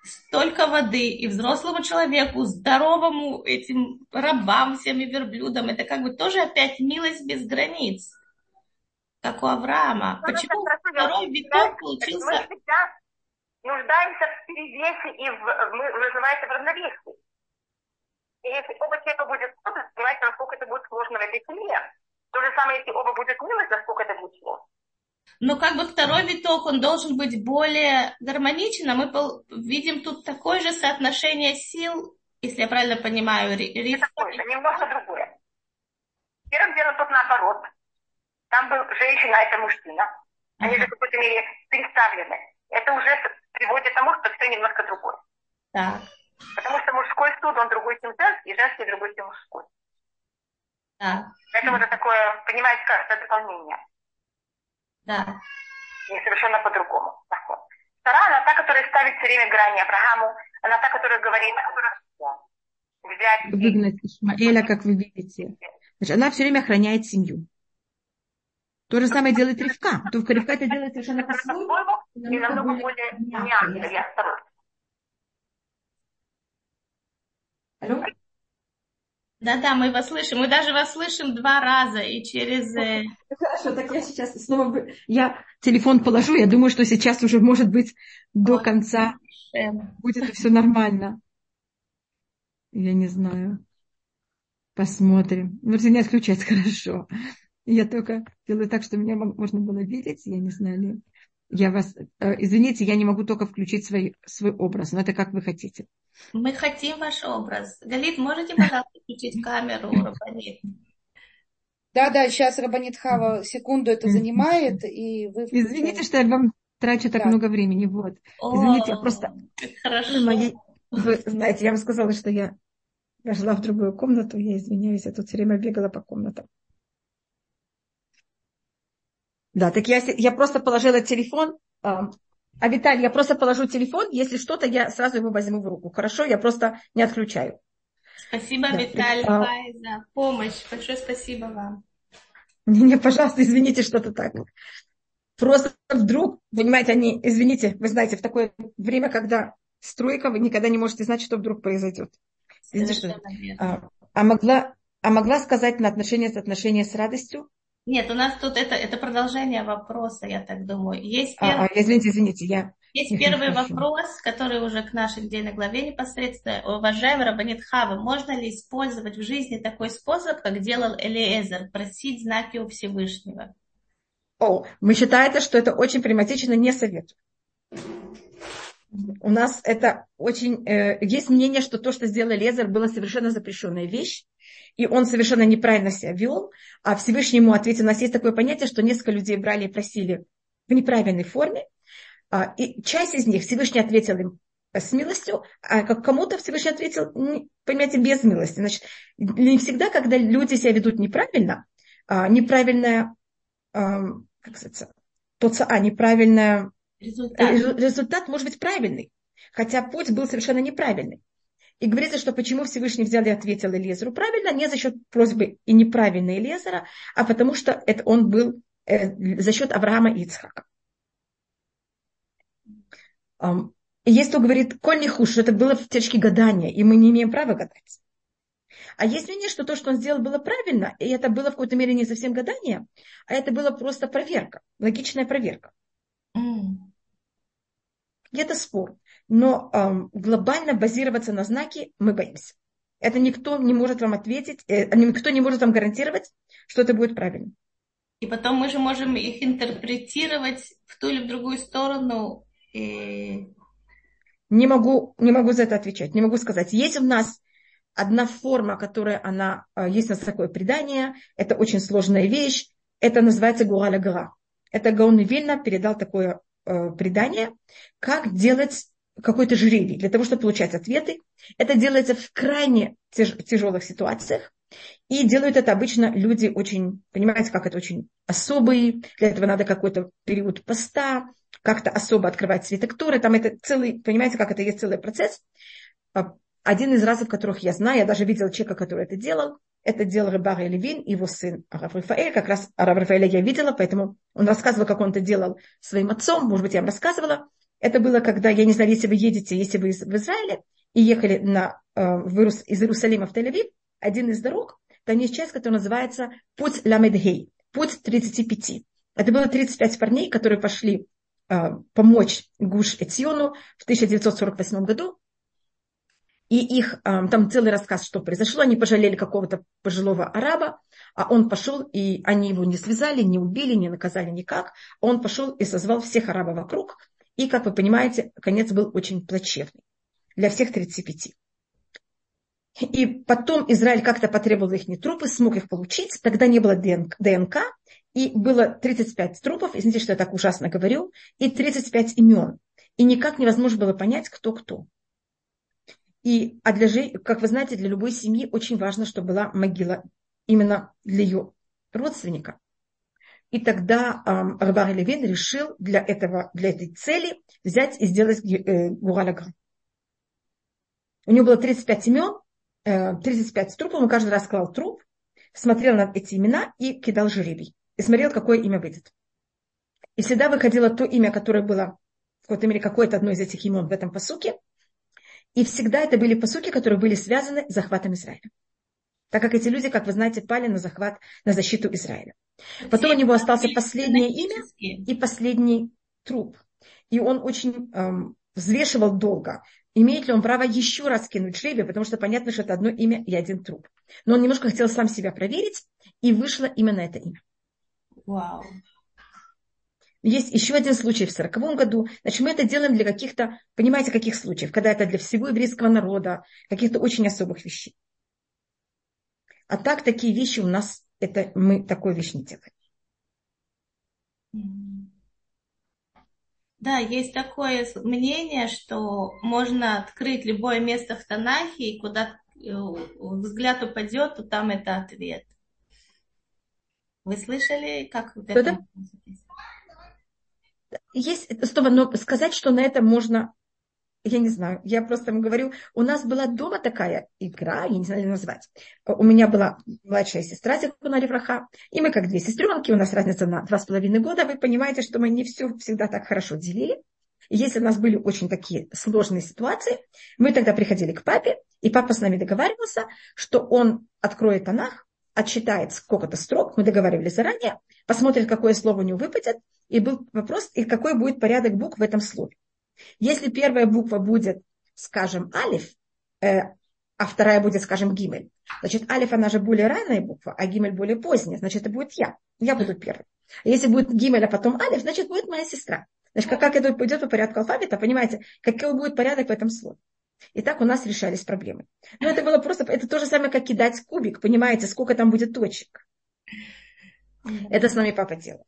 столько воды, и взрослому человеку, здоровому, этим рабам, всем и верблюдам, это как бы тоже опять милость без границ, как у Авраама. Ну, это Почему хорошо, я второй очень виток Мы получился... всегда нуждаемся в перевесе и в, мы называется в равновесии. И если оба человека будет сложно, понимаете, насколько это будет сложно в этой семье. То же самое, если оба будет милость, насколько это будет сложно. Но как бы второй виток, он должен быть более гармоничен, а мы пол- видим тут такое же соотношение сил, если я правильно понимаю, Ри- Это Ривка. такое же, немножко другое. Первым делом тут наоборот. Там был женщина, это мужчина. Они Ага. же в какой-то мере переставлены. Это уже приводит к тому, что все немножко другое. Так, Потому что мужской суд, он другой, чем женский, и женский другой, чем мужской. так, Поэтому это такое, понимаете, как это дополнение. да. И совершенно по-другому. Так вот. Вторая, она та, которая ставит все время грани Аврааму. Она та, которая говорит, взять... Выгнать Ишмаэля, как вы видите. Значит, она все время охраняет семью. То же самое делает Ривка. Только Ривка это делает совершенно по-своему. И намного более мягко и осторожно. Алло? Да-да, мы вас слышим. Мы даже вас слышим два раза и через... э, Хорошо, так я сейчас снова... бы- Я телефон положу, я думаю, что сейчас уже, может быть, до Ой. конца э, будет все нормально. Я не знаю. Посмотрим. Можете не отключать, хорошо. Я только делаю так, что меня мог- можно было видеть. Я не знаю ли... Я вас... э, Извините, я не могу только включить свой, свой образ, но это как вы хотите. Мы хотим ваш образ. Галит, можете, пожалуйста, включить камеру, Рабанит? Да, да, сейчас Рабанит Хава секунду это Мгм. занимает, и вы Извините, включаете. что я вам трачу так Да. много времени. Вот. О, Извините, я просто... как хорошо. Моей... Вы знаете, я вам сказала, что я, я жила в другую комнату. Я извиняюсь, я тут все время бегала по комнатам. Да, так я, се- я просто положила телефон. А, а Виталий, я просто положу телефон. Если что-то, я сразу его возьму в руку. Хорошо? Я просто не отключаю. Спасибо, Да. Виталий, А, Хай, за помощь. Большое спасибо вам. Не, не, пожалуйста, извините, что-то так. Просто вдруг, понимаете, они, извините, вы знаете, в такое время, когда стройка, вы никогда не можете знать, что вдруг произойдет. Извините, что... Совершенно верно. А, а могла, а могла сказать на отношения с отношения с радостью? Нет, у нас тут это, это продолжение вопроса, я так думаю. Есть А, первый, а, извините, извините, я... есть не первый хорошо. вопрос, который уже к нашей недельной главе непосредственно. Уважаемый Рабанит Хава, можно ли использовать в жизни такой способ, как делал Элиэзер, просить знаки у Всевышнего? О, мы считаем, что это очень прагматично, не советую. У нас это очень... Э, есть мнение, что то, что сделал Элиэзер, была совершенно запрещенная вещь, и он совершенно неправильно себя вел, а Всевышний ему ответил. У нас есть такое понятие, что несколько людей брали и просили в неправильной форме, а, и часть из них Всевышний ответил им с милостью, а как кому-то Всевышний ответил, понимаете, без милости. Значит, не всегда, когда люди себя ведут неправильно, а, неправильная, а, как сказать, тоца, неправильная, Результат. результат может быть правильный, хотя путь был совершенно неправильный. И говорится, что почему Всевышний взял и ответил Элиэзеру правильно, не за счет просьбы и неправильной Элиэзера, а потому что это он был э, за счет Авраама и Ицхака. Um, и есть кто говорит, коль не хуже, что это было в течке гадания, и мы не имеем права гадать. А есть мнение, что то, что он сделал, было правильно, и это было в какой-то мере не совсем гадание, а это была просто проверка, логичная проверка. Mm. Где-то спор. Но эм, глобально базироваться на знаки мы боимся. Это никто не может вам ответить, э, никто не может вам гарантировать, что это будет правильно. И потом мы же можем их интерпретировать в ту или в другую сторону. И... Не могу, не могу за это отвечать, не могу сказать. Есть у нас одна форма, которая она, есть у нас такое предание, это очень сложная вещь, это называется Гуаля Гра. Это Гаон Вильна передал такое э, предание, как делать какой-то жребий для того, чтобы получать ответы. Это делается в крайне тяж, тяжелых ситуациях. И делают это обычно люди очень, понимаете, как это очень особые. Для этого надо какой-то период поста, как-то особо открывать свиток Торы. Там это целый, понимаете, как это есть целый процесс. Один из разов, которых я знаю, я даже видела человека, который это делал. Это делал Ребар Левин, его сын Рав Рафаэль. Как раз Рав Рафаэля я видела, поэтому он рассказывал, как он это делал своим отцом. Может быть, я вам рассказывала. Это было, когда, я не знаю, если вы едете, если вы в Израиле и ехали на, в Иерус, из Иерусалима в Тель-Авив, один из дорог, там есть часть, которая называется путь Ламед-Гей, путь тридцати пяти. Это было тридцать пять парней, которые пошли э, помочь Гуш-Этьону в тысяча девятьсот сорок восьмом году. И их, э, там целый рассказ, что произошло. Они пожалели какого-то пожилого араба, а он пошел, и они его не связали, не убили, не наказали никак. Он пошел и созвал всех арабов вокруг. И, как вы понимаете, конец был очень плачевный для всех тридцати пяти. И потом Израиль как-то потребовал их трупы, смог их получить. Тогда не было ДНК. И было тридцать пять трупов, извините, что я так ужасно говорю, и тридцать пять имен. И никак невозможно было понять, кто кто. И, а для, как вы знаете, для любой семьи очень важно, чтобы была могила именно для ее родственника. И тогда эм, Рабби Левин решил для, этого, для этой цели взять и сделать э, Гураль-Агра. У него было тридцать пять имен, э, тридцать пять трупов, он каждый раз клал труп, смотрел на эти имена и кидал жребий. И смотрел, какое имя выйдет. И всегда выходило то имя, которое было в какой-то мере какое-то одно из этих имен в этом пасуке. И всегда это были пасуки, которые были связаны с захватом Израиля. Так как эти люди, как вы знаете, пали на захват, на защиту Израиля. Потом у него остался последнее имя и последний труп. И он очень эм, взвешивал долго, имеет ли он право еще раз кинуть жребий, потому что понятно, что это одно имя и один труп. Но он немножко хотел сам себя проверить, и вышло именно это имя. Вау. Есть еще один случай в сороковом году. Значит, мы это делаем для каких-то, понимаете, каких случаев? Когда это для всего еврейского народа, каких-то очень особых вещей. А так, такие вещи у нас, это мы такой вещь не делаем. Да, есть такое мнение, что можно открыть любое место в Танахе, и куда взгляд упадет, то там это ответ. Вы слышали, как вот это? Есть, стоп, но сказать, что на это можно, я не знаю, я просто вам говорю, у нас была дома такая игра, я не знаю, как назвать. У меня была младшая сестра, Зихуна Левраха, и мы как две сестренки, у нас разница на два с половиной года, вы понимаете, что мы не все всегда так хорошо делили. И если у нас были очень такие сложные ситуации, мы тогда приходили к папе, и папа с нами договаривался, что он откроет Танах, отчитает сколько-то строк, мы договаривались заранее, посмотрит, какое слово у него выпадет, и был вопрос, и какой будет порядок букв в этом слове. Если первая буква будет, скажем, алиф, э, а вторая будет, скажем, гимель, значит, алиф, она же более ранняя буква, а гимель более поздняя, значит, это будет я. Я буду первой. Если будет гимель, а потом алиф, значит, будет моя сестра. Значит, как, как это пойдет по порядку алфавита, понимаете, какой будет порядок в этом слове. И так у нас решались проблемы. Но это было просто, это то же самое, как кидать кубик, понимаете, сколько там будет точек. Это с нами папа делал.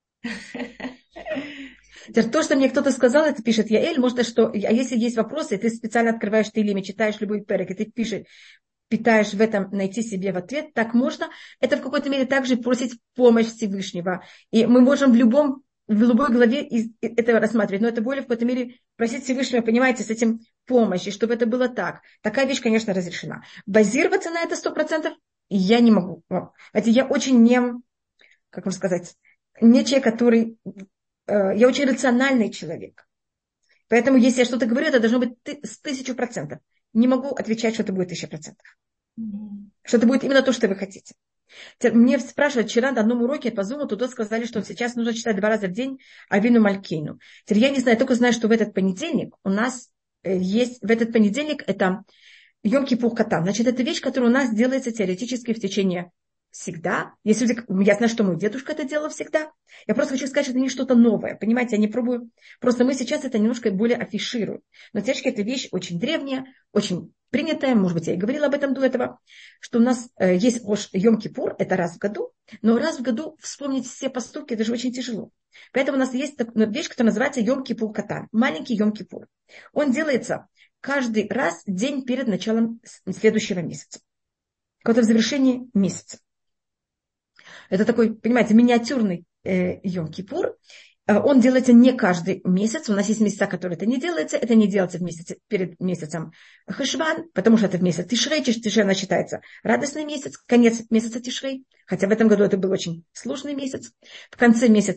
То, что мне кто-то сказал, это пишет Яэль, может, что, а если есть вопросы, ты специально открываешь Теилим, читаешь любой перек, и ты пишешь, питаешь в этом, найти себе в ответ, так можно. Это в какой-то мере также просить помощь Всевышнего. И мы можем в любом, в любой главе из этого рассматривать, но это более в какой-то мере просить Всевышнего, понимаете, с этим помощи, чтобы это было так. Такая вещь, конечно, разрешена. Базироваться на это сто процентов я не могу. Знаете, я очень не, как вам сказать, не человек, который... Я очень рациональный человек. Поэтому, если я что-то говорю, это должно быть с тысячу процентов. Не могу отвечать, что это будет тысяча процентов. Mm-hmm. Что это будет именно то, что вы хотите. Мне спрашивают, вчера на одном уроке по Зуму туда сказали, что сейчас нужно читать два раза в день Авину Малькейну. Теперь я не знаю, только знаю, что в этот понедельник у нас есть, в этот понедельник это Йом-Кипур Катан. Значит, это вещь, которая у нас делается теоретически в течение всегда. Есть люди, я знаю, что мой дедушка это делал всегда. Я просто хочу сказать, что это не что-то новое. Понимаете, я не пробую. Просто мы сейчас это немножко более афишируем. Но теоретически эта вещь очень древняя, очень принятая. Может быть, я и говорила об этом до этого. Что у нас э, есть Йом-Кипур, это раз в году. Но раз в году вспомнить все поступки, это же очень тяжело. Поэтому у нас есть такая вещь, которая называется Йом-Кипур Катан. Маленький Йом-Кипур. Он делается каждый раз день перед началом следующего месяца. Как-то в завершении месяца. Это такой, понимаете, миниатюрный э, Йом-Кипур. Э, он делается не каждый месяц. У нас есть месяца, которые это не делается. Это не делается в месяц, перед месяцем Хешван, потому что это в месяц Тишрей. Тишрей, она считается радостный месяц, конец месяца Тишрей. Хотя в этом году это был очень сложный месяц. В конце месяца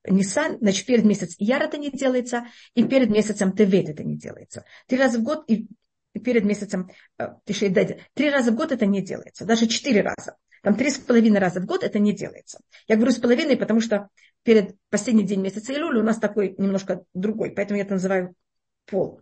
Нисан, значит, перед месяцем Ияр это не делается, и перед месяцем Тевет это не делается. Три раза в год и перед месяцем Тишрей, три раза в год это не делается, даже четыре раза. Там три с половиной раза в год это не делается. Я говорю с половиной, потому что перед последний день месяца Илюля у нас такой немножко другой, поэтому я это называю пол.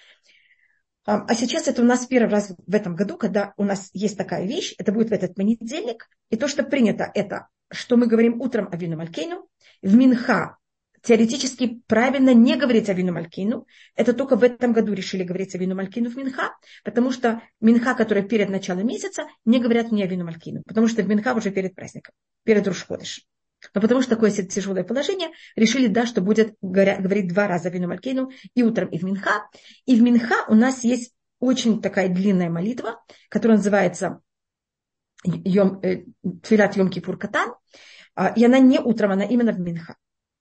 А сейчас это у нас первый раз в этом году, когда у нас есть такая вещь, это будет в этот понедельник, и то, что принято, это, что мы говорим утром Авину Малкейну, в Минха теоретически правильно не говорить Авину Малкейну, это только в этом году решили говорить Авину Малкейну в Минха, потому что Минха, которая перед началом месяца, не говорят мне Авину Малкейну, потому что в Минха уже перед праздником, перед Рош ходеш. Но потому что такое тяжелое положение, решили, да, что будет говорить два раза Авину Малкейну и утром, и в Минха. И в Минха у нас есть очень такая длинная молитва, которая называется Йом, э, Тфилат Йом Кипур Катан. И она не утром, она именно в Минха.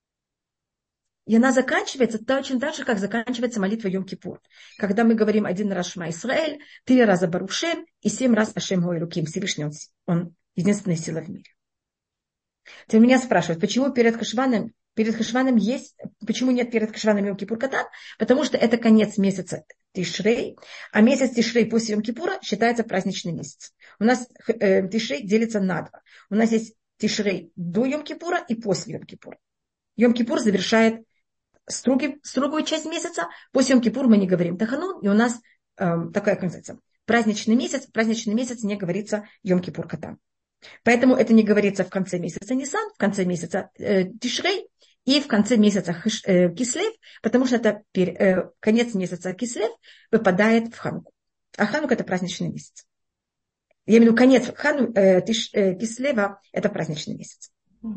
И она заканчивается точно так же, как заканчивается молитва Йом Кипур. Когда мы говорим один раз Шма Исраэль, три раза Барушем и семь раз Ашем Гой Руким. Всевышний он, он единственная сила в мире. Теперь меня спрашивают, почему перед Хашваном, перед Хашваном есть, почему нет перед Хашваном Йом Кипур Катан? Потому что это конец месяца Тишрей, а месяц Тишрей после Йом Кипура считается праздничный месяц. У нас э, Тишрей делится на два. У нас есть Тишрей до Йом Кипура и после Йом Кипура. Йом Кипур завершает строгий, строгую часть месяца. После Йом Кипур мы не говорим Таханун, и у нас э, такая концепция. Праздничный месяц, праздничный месяц не говорится Йом Кипур Катан. Поэтому это не говорится в конце месяца Нисан, в конце месяца э, Тишрей и в конце месяца Хиш, э, Кислев, потому что это пер, э, конец месяца Кислев выпадает в Хануку. А Ханука это праздничный месяц. Я имею в виду конец Хану, э, Тиш, э, Кислева это праздничный месяц.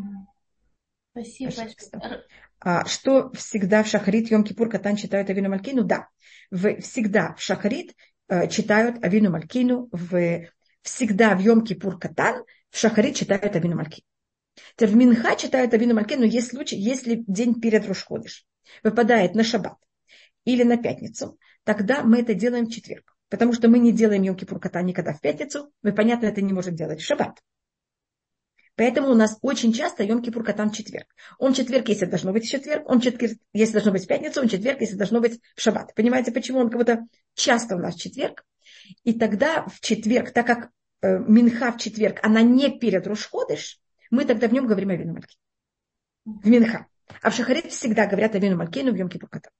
Спасибо. А, что всегда в Шахарит Йом Кипур Катан читают Авину Малкейну? Да, в, всегда в Шахарит э, читают Авину Малкейну, в, всегда в Йом Кипур Катан в Шахарит читают Авину Малкейну. В Минха читают Авину Малкейну, но есть случай, если день перед Рош ходеш выпадает на шаббат или на пятницу, тогда мы это делаем в четверг. Потому что мы не делаем Йом Кипур Катан никогда в пятницу, мы, понятно, это не можем делать в шаббат. Поэтому у нас очень часто Йом Кипур Катан в четверг. Он в четверг, если должно быть в четверг, он в четверг, если должно быть в пятницу, он в четверг, если должно быть в шаббат. Понимаете, почему он как будто часто у нас в четверг? И тогда в четверг, так как э, Минха в четверг, она не перед Рош ходеш, мы тогда в нем говорим Авину Малкейну. В Минха. А в Шахарит всегда говорят Авину Малкейну в Йом Кипур Катан.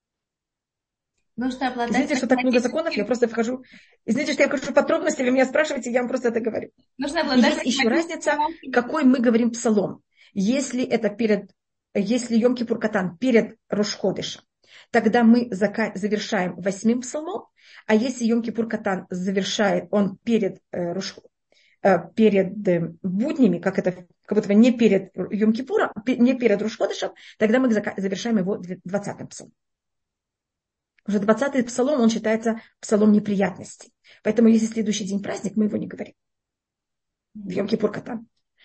Нужно обладать... Извините, что так много законов, я просто вхожу... Извините, что я вхожу в подробности, вы меня спрашиваете, я вам просто это говорю. Нужно обладать... И есть еще разница, какой мы говорим псалом. Если это перед... Если Йом Кипур Катан перед Рош ходешем, тогда мы зака... завершаем восьмым псалмом, а если Йом Кипур Катан завершает он перед э, Рош перед буднями, как это, как будто не перед Йом Кипуром, не перед Рош ходешем, тогда мы завершаем его двадцатым псалмом. Уже двадцатый псалом, он считается псалом неприятностей. Поэтому, если следующий день праздник, мы его не говорим. В Йом Кипур Катан.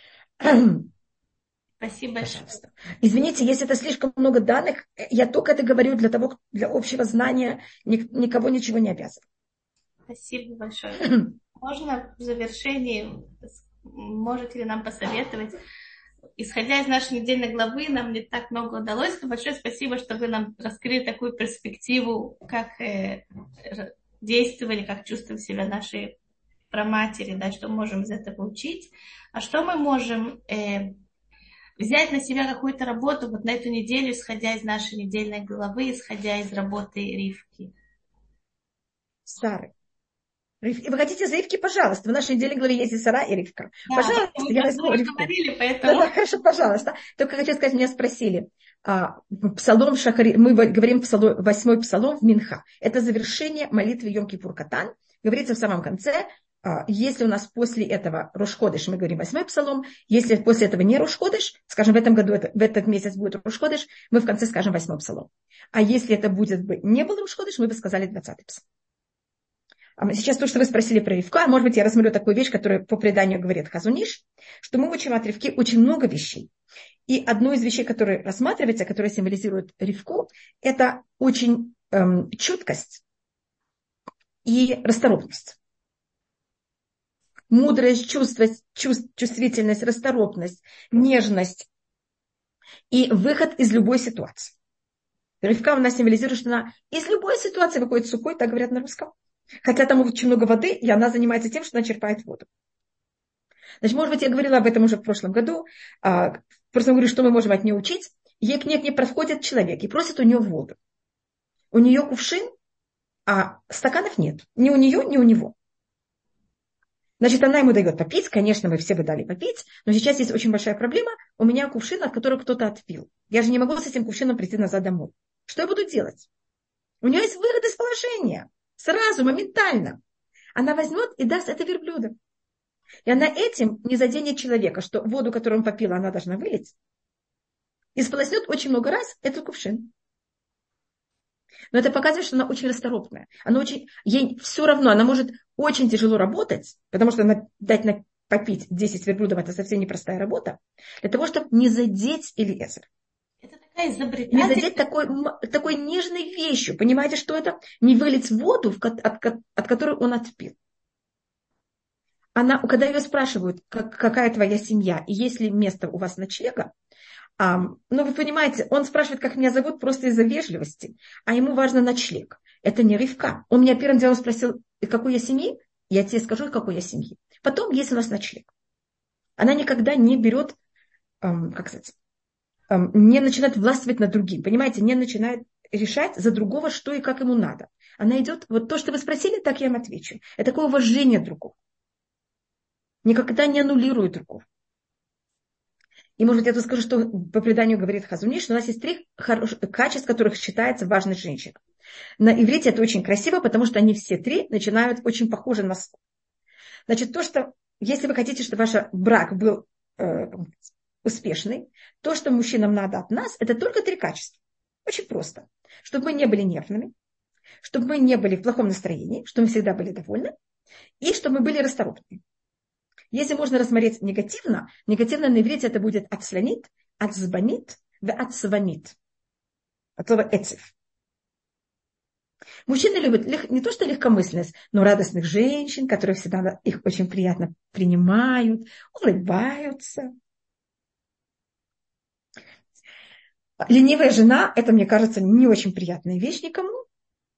Спасибо большое. Извините, если это слишком много данных, я только это говорю для того, для общего знания, никого ничего не обязан. Спасибо большое. Можно в завершении, можете ли нам посоветовать, исходя из нашей недельной главы, нам не так много удалось. Большое спасибо, что вы нам раскрыли такую перспективу, как э, действовали, как чувствуют себя наши праматери, да, что можем из этого учить. А что мы можем э, взять на себя какую-то работу вот на эту неделю, исходя из нашей недельной главы, исходя из работы Ривки? Сары. И вы хотите за Ривки, пожалуйста. В нашей недельной главе есть и Сара, и Ривка. Да, пожалуйста, я возьму Ривку. Говорили, поэтому... Да, да, хорошо, пожалуйста. Только хочу сказать, меня спросили. А, псалом Шахари, мы говорим псалом, восьмой псалом в Минха. Это завершение молитвы Йом Кипур Катан. Говорится в самом конце. А, если у нас после этого Рош ходеш, мы говорим восьмой псалом. Если после этого не Рош ходеш, скажем, в этом году, это, в этот месяц будет Рош ходеш, мы в конце скажем восьмой псалом. А если это будет бы не был Рош ходеш, мы бы сказали двадцатый псалом. Сейчас то, что вы спросили про Ривку, а может быть, я рассмотрю такую вещь, которую по преданию говорит Хазуниш, что мы учим от Ривки очень много вещей. И одну из вещей, которая рассматривается, которая символизирует Ривку, это очень эм, чуткость и расторопность. Мудрость, чувствость, чувств, чувствительность, расторопность, нежность. и выход из любой ситуации. Ривка у нас символизирует, что она из любой ситуации выходит сухой, так говорят на русском. Хотя там очень много воды, и она занимается тем, что она черпает воду. Значит, может быть, я говорила об этом уже в прошлом году. А, просто говорю, что мы можем от нее учить. Ей к ней, к ней подходит человек и просит у нее воду. У нее кувшин, а стаканов нет. Ни у нее, ни у него. Значит, она ему дает попить. Конечно, мы все бы дали попить. Но сейчас есть очень большая проблема. У меня кувшин, от которого кто-то отпил. Я же не могу с этим кувшином прийти назад домой. Что я буду делать? У нее есть выход из положения. Сразу, моментально. Она возьмет и даст это верблюду. И она этим не заденет человека, что воду, которую он попил, она должна вылить. И сполоснет очень много раз этот кувшин. Но это показывает, что она очень расторопная. Она очень, ей все равно, она может очень тяжело работать, потому что она, дать на, попить десять верблюдов, это совсем непростая работа, для того, чтобы не задеть Элиэзер. Это такая изобретательная. Не задеть такой, такой нежной вещью. Понимаете, что это? Не вылить воду, от, от, от которой он отпил. Она, когда ее спрашивают, как, какая твоя семья, и есть ли место у вас ночлега, а, ну, вы понимаете, он спрашивает, как меня зовут, просто из-за вежливости, а ему важно ночлег. Это не Ривка. Он меня первым делом спросил, какой я семьи, я тебе скажу, какой я семьи. Потом, есть у нас ночлег. Она никогда не берет, эм, как сказать, эм, не начинает властвовать над другим, понимаете, не начинает решать за другого, что и как ему надо. Она идет, вот то, что вы спросили, так я им отвечу. Это такое уважение другого. Никогда не аннулирует другого. И, может быть, я тут скажу, что по преданию говорит Хазуни, что у нас есть три хорош... качества, которых считается важной женщиной. На иврите это очень красиво, потому что они все три начинают очень похожи на слово. Значит, то, что, если вы хотите, чтобы ваш брак был э, успешный, то, что мужчинам надо от нас, это только три качества. Очень просто. Чтобы мы не были нервными, чтобы мы не были в плохом настроении, чтобы мы всегда были довольны, и чтобы мы были расторопными. Если можно рассмотреть негативно, негативно на иврите это будет ацланит, ацбанит, ацванит. От слова эцев. Мужчины любят не то что легкомысленность, но радостных женщин, которые всегда их очень приятно принимают, улыбаются. Ленивая жена, это, мне кажется, не очень приятная вещь никому.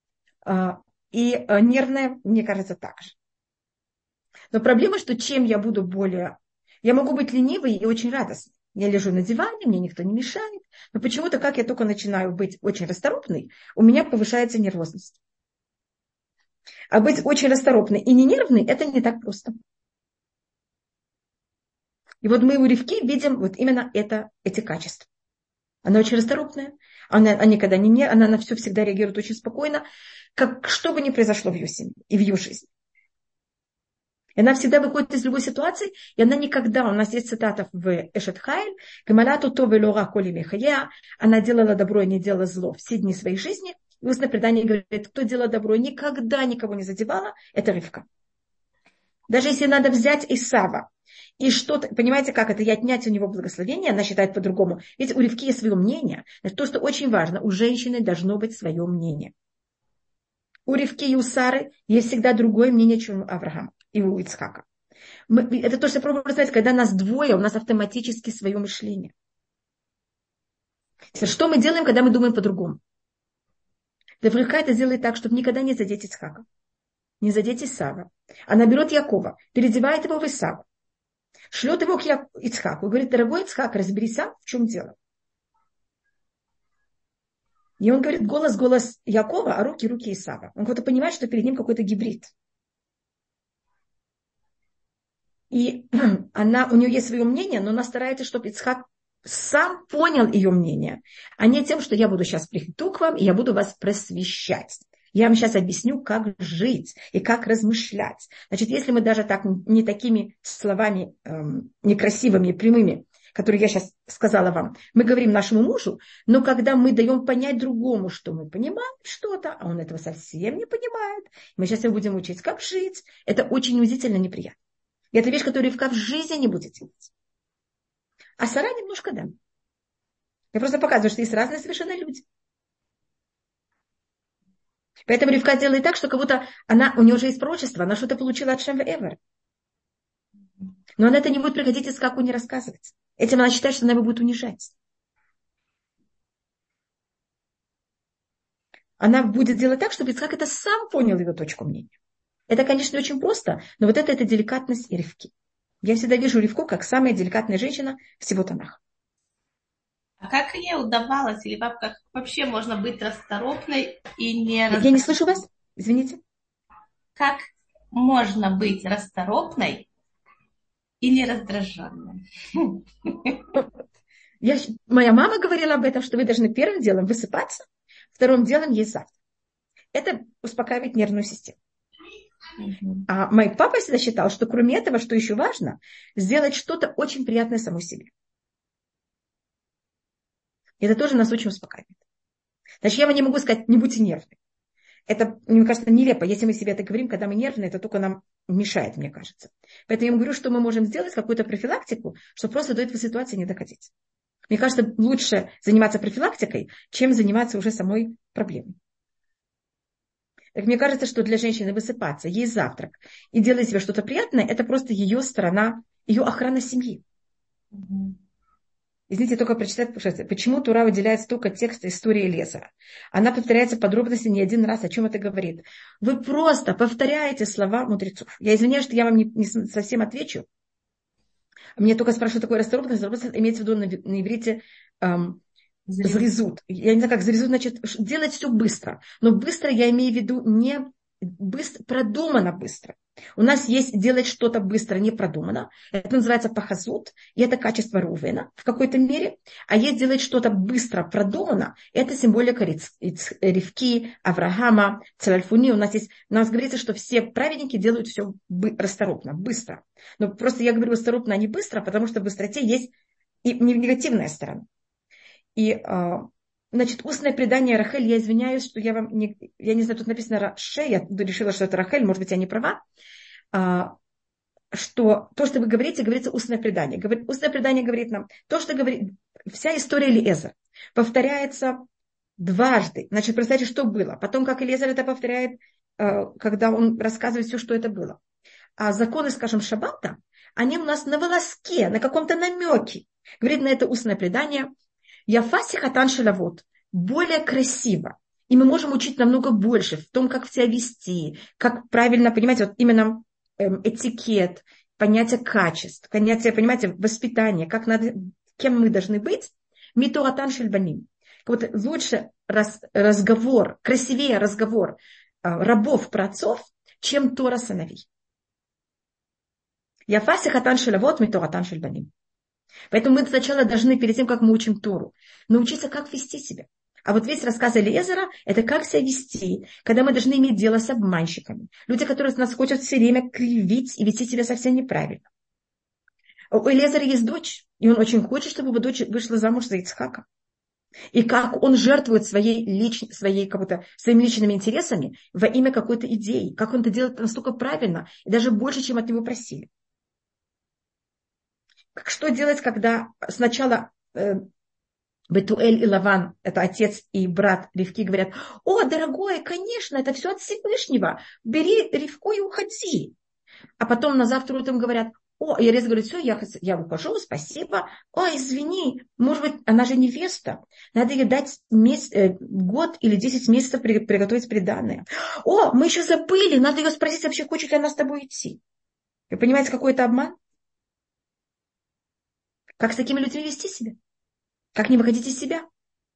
И нервная, мне кажется, так же. Но проблема, что чем я буду более... Я могу быть ленивой и очень радостной. Я лежу на диване, мне никто не мешает. Но почему-то, как я только начинаю быть очень расторопной, у меня повышается нервозность. А быть очень расторопной и не нервной, это не так просто. И вот мы у Ривки видим вот именно это, эти качества. Она очень расторопная, она, она никогда не нервная, она на все всегда реагирует очень спокойно, как, что бы ни произошло в ее семье и в ее жизни. И она всегда выходит из любой ситуации, и она никогда, у нас есть цитата в Эшет Хайль, «Камалату то велора коли мехая», она делала добро и не делала зло все дни своей жизни, и устное предание говорит, кто делал добро и никогда никого не задевала, это Ривка. Даже если надо взять Исава, и что-то, понимаете, как это, и отнять у него благословение, она считает по-другому. Ведь у Ривки есть свое мнение, то, что очень важно, у женщины должно быть свое мнение. У Ривки и у Сары есть всегда другое мнение, чем у Авраама и у Ицхака. Мы, это то, что я пробую сказать, когда нас двое, у нас автоматически свое мышление. Что мы делаем, когда мы думаем по-другому? Ривка это делает так, чтобы никогда не задеть Ицхака, не задеть Исава. Она берет Якова, переодевает его в Исава, шлет его к Ицхаку и говорит, дорогой Ицхак, разберись сам, в чем дело. И он говорит, голос, голос Якова, а руки, руки Исава. Он как-то понимает, что перед ним какой-то гибрид. И она, у нее есть свое мнение, но она старается, чтобы Ицхак сам понял ее мнение, а не тем, что я буду сейчас приду к вам, и я буду вас просвещать. Я вам сейчас объясню, как жить и как размышлять. Значит, если мы даже так не такими словами эм, некрасивыми, прямыми, которые я сейчас сказала вам, мы говорим нашему мужу, но когда мы даем понять другому, что мы понимаем что-то, а он этого совсем не понимает, мы сейчас его будем учить, как жить, это очень унизительно неприятно. И это вещь, которую Ривка в жизни не будет делать. А Сара немножко да. Я просто показываю, что есть разные совершенно люди. Поэтому Ривка делает так, что как будто она, у нее уже есть пророчество, она что-то получила от Шем Эвер. Но она это не будет приходить Ицхаку не рассказывать. Этим она считает, что она его будет унижать. она будет делать так, чтобы Ицхак это сам понял ее точку мнения. Это, конечно, очень просто, но вот это, это деликатность и Ривки. Я всегда вижу Ривку как самая деликатная женщина всего Танаха. А как ей удавалось, или как вообще можно быть расторопной и не... Я, я не слышу вас, извините. Как можно быть расторопной и не раздраженной? Я, моя мама говорила об этом, что вы должны первым делом высыпаться, вторым делом есть завтрак. Это успокаивает нервную систему. Mm-hmm. А мой папа всегда считал, что кроме этого, что еще важно, сделать что-то очень приятное самой себе. Это тоже нас очень успокаивает. Значит, я вам не могу сказать, не будьте нервны. Это, мне кажется, нелепо. Если мы себе это говорим, когда мы нервны, это только нам мешает, мне кажется. Поэтому я вам говорю, что мы можем сделать какую-то профилактику, чтобы просто до этой ситуации не доходить. Мне кажется, лучше заниматься профилактикой, чем заниматься уже самой проблемой. Так мне кажется, что для женщины высыпаться, есть завтрак и делать себе что-то приятное, это просто ее сторона, ее охрана семьи. Mm-hmm. Извините, только прочитать, почему Тура выделяет столько текста истории Элиэзера. Она повторяется в подробности не один раз, о чем это говорит. Вы просто повторяете слова мудрецов. Я извиняюсь, что я вам не, не совсем отвечу. Мне только спрашивают такое расторопность. Расторопность имеется в виду на, на иврите эм, зрезут. Я не знаю, как зрезут, значит, делать все быстро. Но быстро я имею в виду не быстро, продуманно быстро. У нас есть делать что-то быстро, не продуманно. Это называется пахазут, и это качество Рувена в какой-то мере. А есть делать что-то быстро, продуманно, это символика Ривки, Авраама, Цалальфуни. У нас есть, у нас говорится, что все праведники делают все расторопно, быстро. Но просто я говорю расторопно, а не быстро, потому что в быстроте есть и негативная сторона. И значит, устное предание Рахель, я извиняюсь, что я вам не... Я не знаю, тут написано Раше, я решила, что это Рахель, может быть, я не права. А, что то, что вы говорите, говорится устное предание. Говорит, устное предание говорит нам, то, что говорит... Вся история Элиэзера повторяется дважды. Значит, представьте, что было. Потом, как Элиэзер это повторяет, когда он рассказывает все, что это было. А законы, скажем, Шаббата, они у нас на волоске, на каком-то намеке. Говорит на это устное предание. Яфаси хатан шелавот, более красиво. И мы можем учить намного больше в том, как себя вести, как правильно, понимаете, вот именно эм, этикет, понятие качеств, понятие, понимаете, воспитание, как надо, кем мы должны быть. Мито хатан шельбаним. Вот лучше раз, разговор, красивее разговор э, рабов про отцов, чем Тора сыновей. Яфаси хатан шелавот, мито хатан шельбаним. Поэтому мы сначала должны, перед тем, как мы учим Тору, научиться, как вести себя. А вот весь рассказ Элиэзера – это как себя вести, когда мы должны иметь дело с обманщиками. Люди, которые нас хотят все время кривить и вести себя совсем неправильно. У Элиэзера есть дочь, и он очень хочет, чтобы его дочь вышла замуж за Ицхака. И как он жертвует своей лич... своей, как-то, своими личными интересами во имя какой-то идеи. Как он это делает настолько правильно, и даже больше, чем от него просили. Что делать, когда сначала э, Бетуэль и Лаван, это отец и брат Ривки, говорят: о, дорогой, конечно, это все от Всевышнего, бери Ривку и уходи. А потом на завтра утром говорят: о, и Элиэзер говорит: все, я, я ухожу, спасибо. О, извини, может быть, она же невеста, надо ей дать месяц, э, год или десять месяцев при, приготовить приданое. О, мы еще забыли, надо ее спросить, вообще хочет ли она с тобой идти. Вы понимаете, какой это обман? Как с такими людьми вести себя? Как не выходить из себя?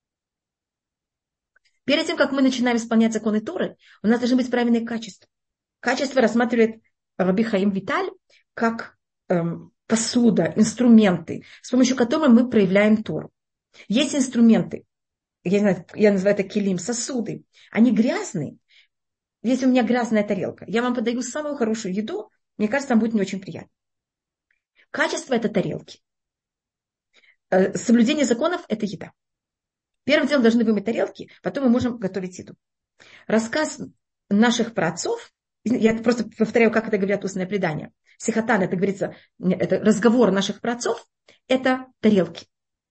Перед тем, как мы начинаем исполнять законы Торы, у нас должны быть правильные качества. Качество рассматривает Раби Хаим Виталь как эм, посуда, инструменты, с помощью которых мы проявляем Тору. Есть инструменты, я, не знаю, я называю это килим, сосуды. Они грязные. Если у меня грязная тарелка, я вам подаю самую хорошую еду, мне кажется, вам будет не очень приятно. Качество – это тарелки. Соблюдение законов – это еда. Первым делом должны вымыть тарелки, потом мы можем готовить еду. Рассказ наших праотцов, я просто повторяю, как это говорят устное предание. Сихатан, это говорится, это разговор наших праотцов, это тарелки.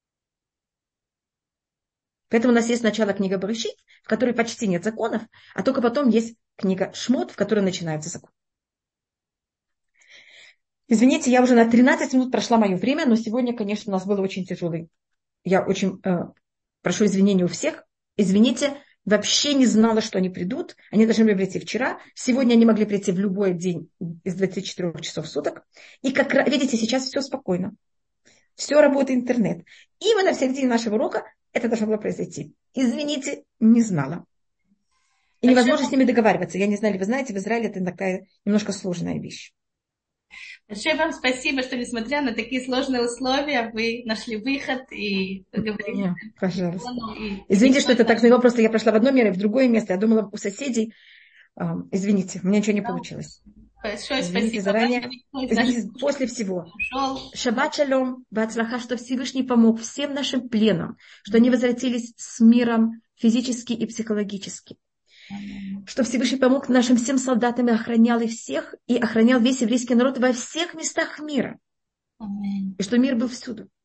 Поэтому у нас есть сначала книга Берешит, в которой почти нет законов, а только потом есть книга Шмот, в которой начинаются законы. Извините, я уже на тринадцать минут прошла мое время, но сегодня, конечно, у нас было очень тяжелый. Я очень э, прошу извинения у всех. Извините, вообще не знала, что они придут. Они должны были прийти вчера. Сегодня они могли прийти в любой день из двадцати четырёх часов в суток. И, как видите, сейчас все спокойно. Все работает интернет. Именно в середине нашего урока это должно было произойти. Извините, не знала. И невозможно с ними договариваться. Я не знаю, вы знаете, в Израиле это такая немножко сложная вещь. Большое вам спасибо, что, несмотря на такие сложные условия, вы нашли выход и поговорили. Пожалуйста. И... Извините, что это так смело. Просто я прошла в одно место, в другое место. Я думала у соседей. Извините, у меня ничего не получилось. Большое Извините спасибо. заранее. Извините, после всего. Шаббат шалом, бацлаха, что Всевышний помог всем нашим пленам, что они возвратились с миром физически и психологически. Что Всевышний помог нашим всем солдатам и охранял их всех, и охранял весь еврейский народ во всех местах мира. Аминь. И что мир был всюду.